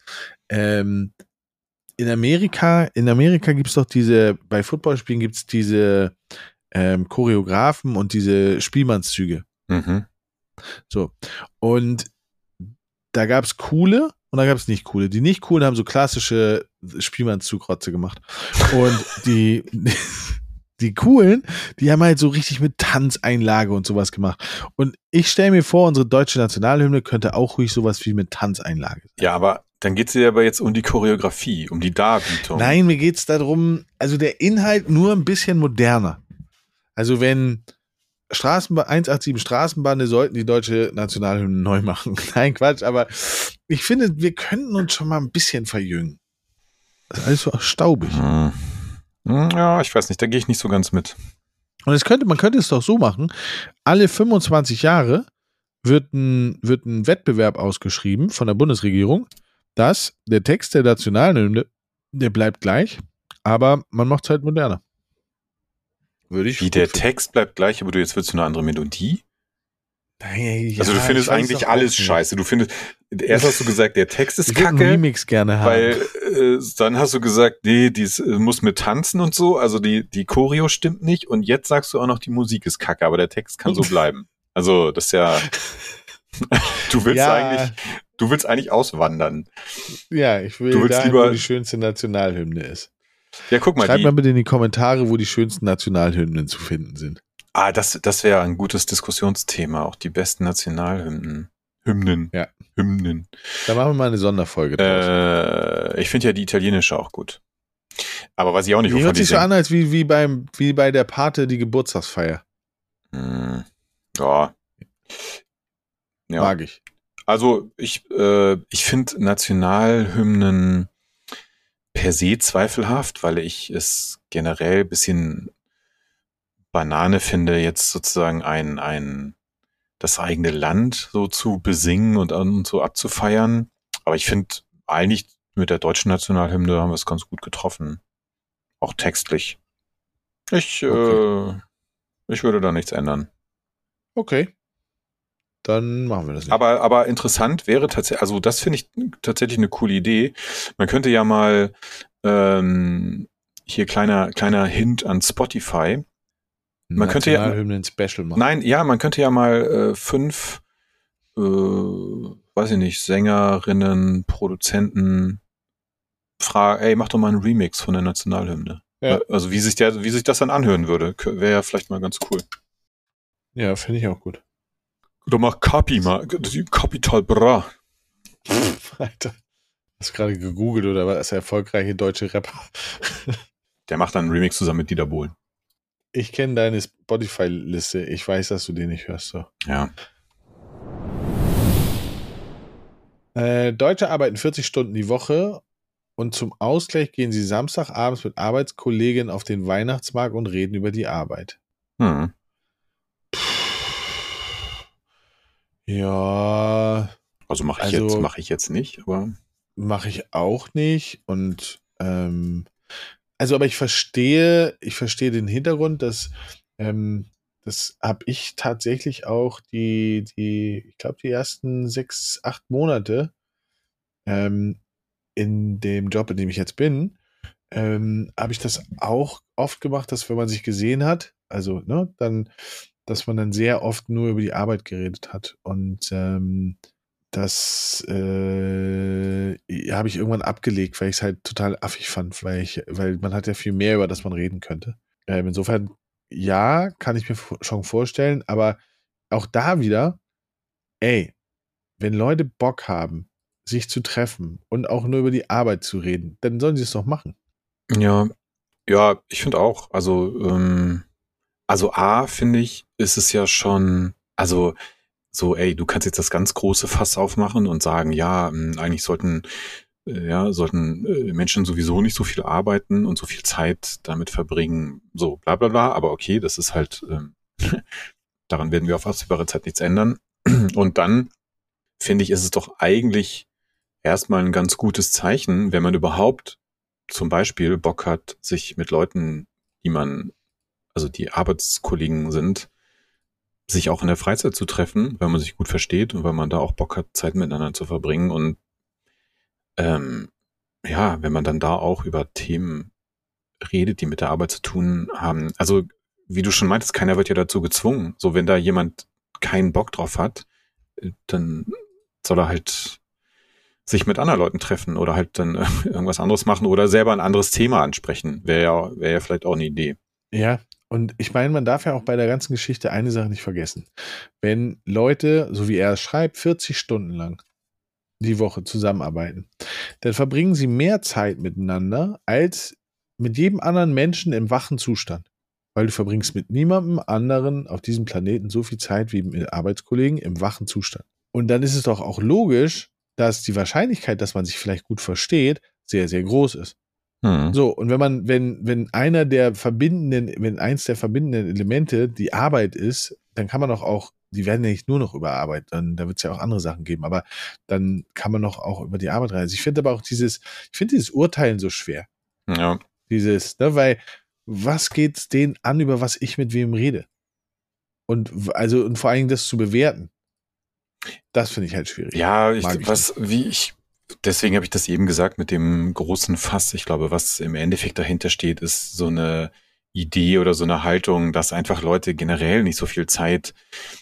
In Amerika gibt es doch bei Footballspielen gibt es diese Choreografen und diese Spielmannszüge. Mhm. So. Und da gab es coole und da gab es nicht coole. Die nicht coolen haben so klassische Spielmannzugrotze gemacht. Und die coolen, die haben halt so richtig mit Tanzeinlage und sowas gemacht. Und ich stelle mir vor, unsere deutsche Nationalhymne könnte auch ruhig sowas wie mit Tanzeinlage sein. Ja, aber dann geht es ja aber jetzt um die Choreografie, um die Darbietung. Nein, mir geht es darum, also der Inhalt nur ein bisschen moderner. Also wenn 187 Straßenbahnen sollten die deutsche Nationalhymne neu machen. Nein, Quatsch, aber ich finde, wir könnten uns schon mal ein bisschen verjüngen. Das ist alles so staubig. Ja, ich weiß nicht, da gehe ich nicht so ganz mit. Und man könnte es doch so machen, alle 25 Jahre wird ein Wettbewerb ausgeschrieben von der Bundesregierung, dass der Text der Nationalhymne, der bleibt gleich, aber man macht es halt moderner. Wie der Text bleibt gleich, aber jetzt willst du eine andere Melodie? Ja, also du findest eigentlich alles scheiße. Erst hast du gesagt, der Text ist kacke. Ich Remix gerne haben. Weil dann hast du gesagt, nee, dies muss mit tanzen und so, also die Choreo stimmt nicht und jetzt sagst du auch noch, die Musik ist kacke, aber der Text kann so bleiben. Also das ist ja du willst eigentlich auswandern. Ja, ich will dahin, wo die schönste Nationalhymne ist. Ja, guck mal. Schreibt mal bitte in die Kommentare, wo die schönsten Nationalhymnen zu finden sind. Das wäre ein gutes Diskussionsthema, auch die besten Nationalhymnen. Ja. Hymnen. Da machen wir mal eine Sonderfolge draus. Ich finde ja die italienische auch gut. Aber weiß ich auch nicht, wovon die hört sich so an, als wie bei der Pate die Geburtstagsfeier. Ja. Mag ich. Also ich finde Nationalhymnen per se zweifelhaft, weil ich es generell ein bisschen Banane finde, jetzt sozusagen das eigene Land so zu besingen und so abzufeiern. Aber ich finde eigentlich mit der deutschen Nationalhymne haben wir es ganz gut getroffen. Auch textlich. Ich würde da nichts ändern. Okay. Dann machen wir das nicht. Aber interessant wäre tatsächlich, also das finde ich tatsächlich eine coole Idee. Man könnte ja mal hier kleiner Hint an Spotify. Man könnte ja Special machen. Nein, ja, man könnte ja mal 5, weiß ich nicht, Sängerinnen, Produzenten fragen, ey, mach doch mal einen Remix von der Nationalhymne. Ja. Also wie sich das dann anhören würde, wäre ja vielleicht mal ganz cool. Ja, finde ich auch gut. Oder mach Capital Bra. Alter. Hast du gerade gegoogelt oder was? Der erfolgreiche deutsche Rapper. Der macht dann einen Remix zusammen mit Dieter Bohlen. Ich kenne deine Spotify-Liste. Ich weiß, dass du den nicht hörst. So. Ja. Deutsche arbeiten 40 Stunden die Woche und zum Ausgleich gehen sie Samstagabends mit Arbeitskolleginnen auf den Weihnachtsmarkt und reden über die Arbeit. Ja. Also mache ich jetzt nicht, aber. Mache ich auch nicht. Und aber ich verstehe den Hintergrund, dass das habe ich tatsächlich auch ich glaube, die ersten 6, 8 Monate in dem Job, in dem ich jetzt bin, habe ich das auch oft gemacht, dass wenn man sich gesehen hat, also dass man dann sehr oft nur über die Arbeit geredet hat. Und das habe ich irgendwann abgelegt, weil ich es halt total affig fand, weil man hat ja viel mehr, über das man reden könnte. Insofern, ja, kann ich mir schon vorstellen, aber auch da wieder, wenn Leute Bock haben, sich zu treffen und auch nur über die Arbeit zu reden, dann sollen sie es doch machen. Ja, ich finde auch. Also A, finde ich, ist es ja schon, also so, du kannst jetzt das ganz große Fass aufmachen und sagen, ja, eigentlich sollten Menschen sowieso nicht so viel arbeiten und so viel Zeit damit verbringen, so bla bla bla, aber okay, das ist halt, daran werden wir auf absehbare Zeit nichts ändern. Und dann, finde ich, ist es doch eigentlich erstmal ein ganz gutes Zeichen, wenn man überhaupt zum Beispiel Bock hat, sich mit Leuten, die Arbeitskollegen sind, sich auch in der Freizeit zu treffen, weil man sich gut versteht und weil man da auch Bock hat, Zeit miteinander zu verbringen. Und wenn man dann da auch über Themen redet, die mit der Arbeit zu tun haben. Also, wie du schon meintest, keiner wird ja dazu gezwungen. So, wenn da jemand keinen Bock drauf hat, dann soll er halt sich mit anderen Leuten treffen oder halt dann irgendwas anderes machen oder selber ein anderes Thema ansprechen. Wäre ja vielleicht auch eine Idee. Ja, und ich meine, man darf ja auch bei der ganzen Geschichte eine Sache nicht vergessen. Wenn Leute, so wie er es schreibt, 40 Stunden lang die Woche zusammenarbeiten, dann verbringen sie mehr Zeit miteinander als mit jedem anderen Menschen im wachen Zustand. Weil du verbringst mit niemandem anderen auf diesem Planeten so viel Zeit wie mit Arbeitskollegen im wachen Zustand. Und dann ist es doch auch logisch, dass die Wahrscheinlichkeit, dass man sich vielleicht gut versteht, sehr, sehr groß ist. So, und wenn eins der verbindenden Elemente die Arbeit ist, dann kann man doch auch, die werden ja nicht nur noch über Arbeit, da wird es ja auch andere Sachen geben, aber dann kann man doch auch über die Arbeit reisen. Ich finde aber auch dieses Urteilen so schwer. Ja. Weil was geht's denen an, über was ich mit wem rede? Und vor allem das zu bewerten. Das finde ich halt schwierig. Ja, deswegen habe ich das eben gesagt mit dem großen Fass. Ich glaube, was im Endeffekt dahinter steht, ist so eine Idee oder so eine Haltung, dass einfach Leute generell nicht so viel Zeit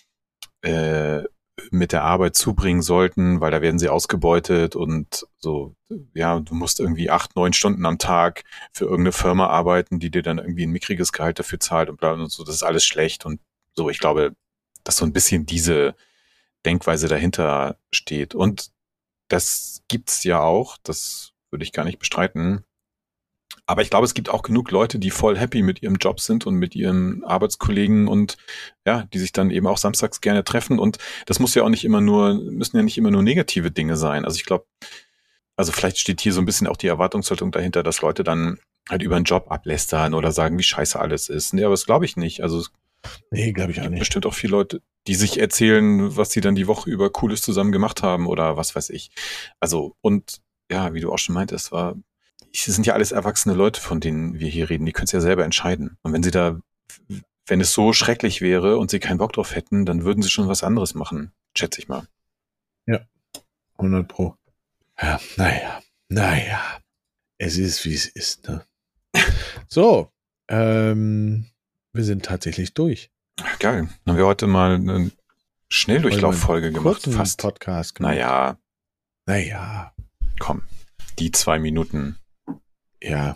mit der Arbeit zubringen sollten, weil da werden sie ausgebeutet und so, ja, du musst irgendwie 8-9 Stunden am Tag für irgendeine Firma arbeiten, die dir dann irgendwie ein mickriges Gehalt dafür zahlt und bla und so, das ist alles schlecht und so. Ich glaube, dass so ein bisschen diese Denkweise dahinter steht und das gibt's ja auch, das würde ich gar nicht bestreiten. Aber ich glaube, es gibt auch genug Leute, die voll happy mit ihrem Job sind und mit ihren Arbeitskollegen und ja, die sich dann eben auch samstags gerne treffen. Und das müssen ja nicht immer nur negative Dinge sein. Also ich glaube, vielleicht steht hier so ein bisschen auch die Erwartungshaltung dahinter, dass Leute dann halt über den Job ablästern oder sagen, wie scheiße alles ist. Nee, aber das glaube ich nicht. Also nee, glaube ich auch nicht. Bestimmt auch viele Leute, die sich erzählen, was sie dann die Woche über Cooles zusammen gemacht haben oder was weiß ich. Also, und ja, wie du auch schon meintest, es sind ja alles erwachsene Leute, von denen wir hier reden. Die können es ja selber entscheiden. Und wenn es so schrecklich wäre und sie keinen Bock drauf hätten, dann würden sie schon was anderes machen, schätze ich mal. Ja, 100%. Ja, naja. Es ist, wie es ist, ne? So, wir sind tatsächlich durch. Geil. Haben wir heute mal eine Schnelldurchlauffolge gemacht. Fast Podcast gemacht. Naja. Komm, die 2 Minuten. Ja.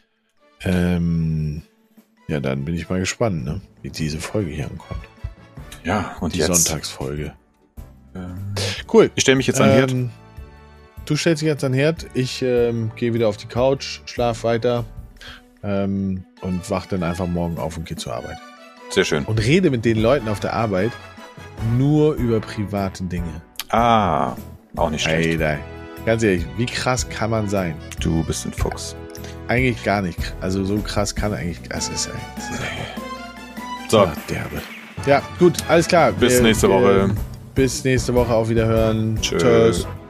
Ja, dann bin ich mal gespannt, ne, wie diese Folge hier ankommt. Ja, und die jetzt Sonntagsfolge. Cool. Ich stelle mich jetzt an den Herd. Du stellst dich jetzt an den Herd. Ich gehe wieder auf die Couch, schlaf weiter und wach dann einfach morgen auf und gehe zur Arbeit. Sehr schön. Und rede mit den Leuten auf der Arbeit nur über private Dinge. Ah, auch nicht schlecht. Alter, ganz ehrlich, wie krass kann man sein? Du bist ein Fuchs. Eigentlich gar nicht. Also so krass kann eigentlich. Das ist so. Derbe. Ja, gut, alles klar. Bis nächste Woche. Bis nächste Woche. Auf Wiederhören. Tschüss.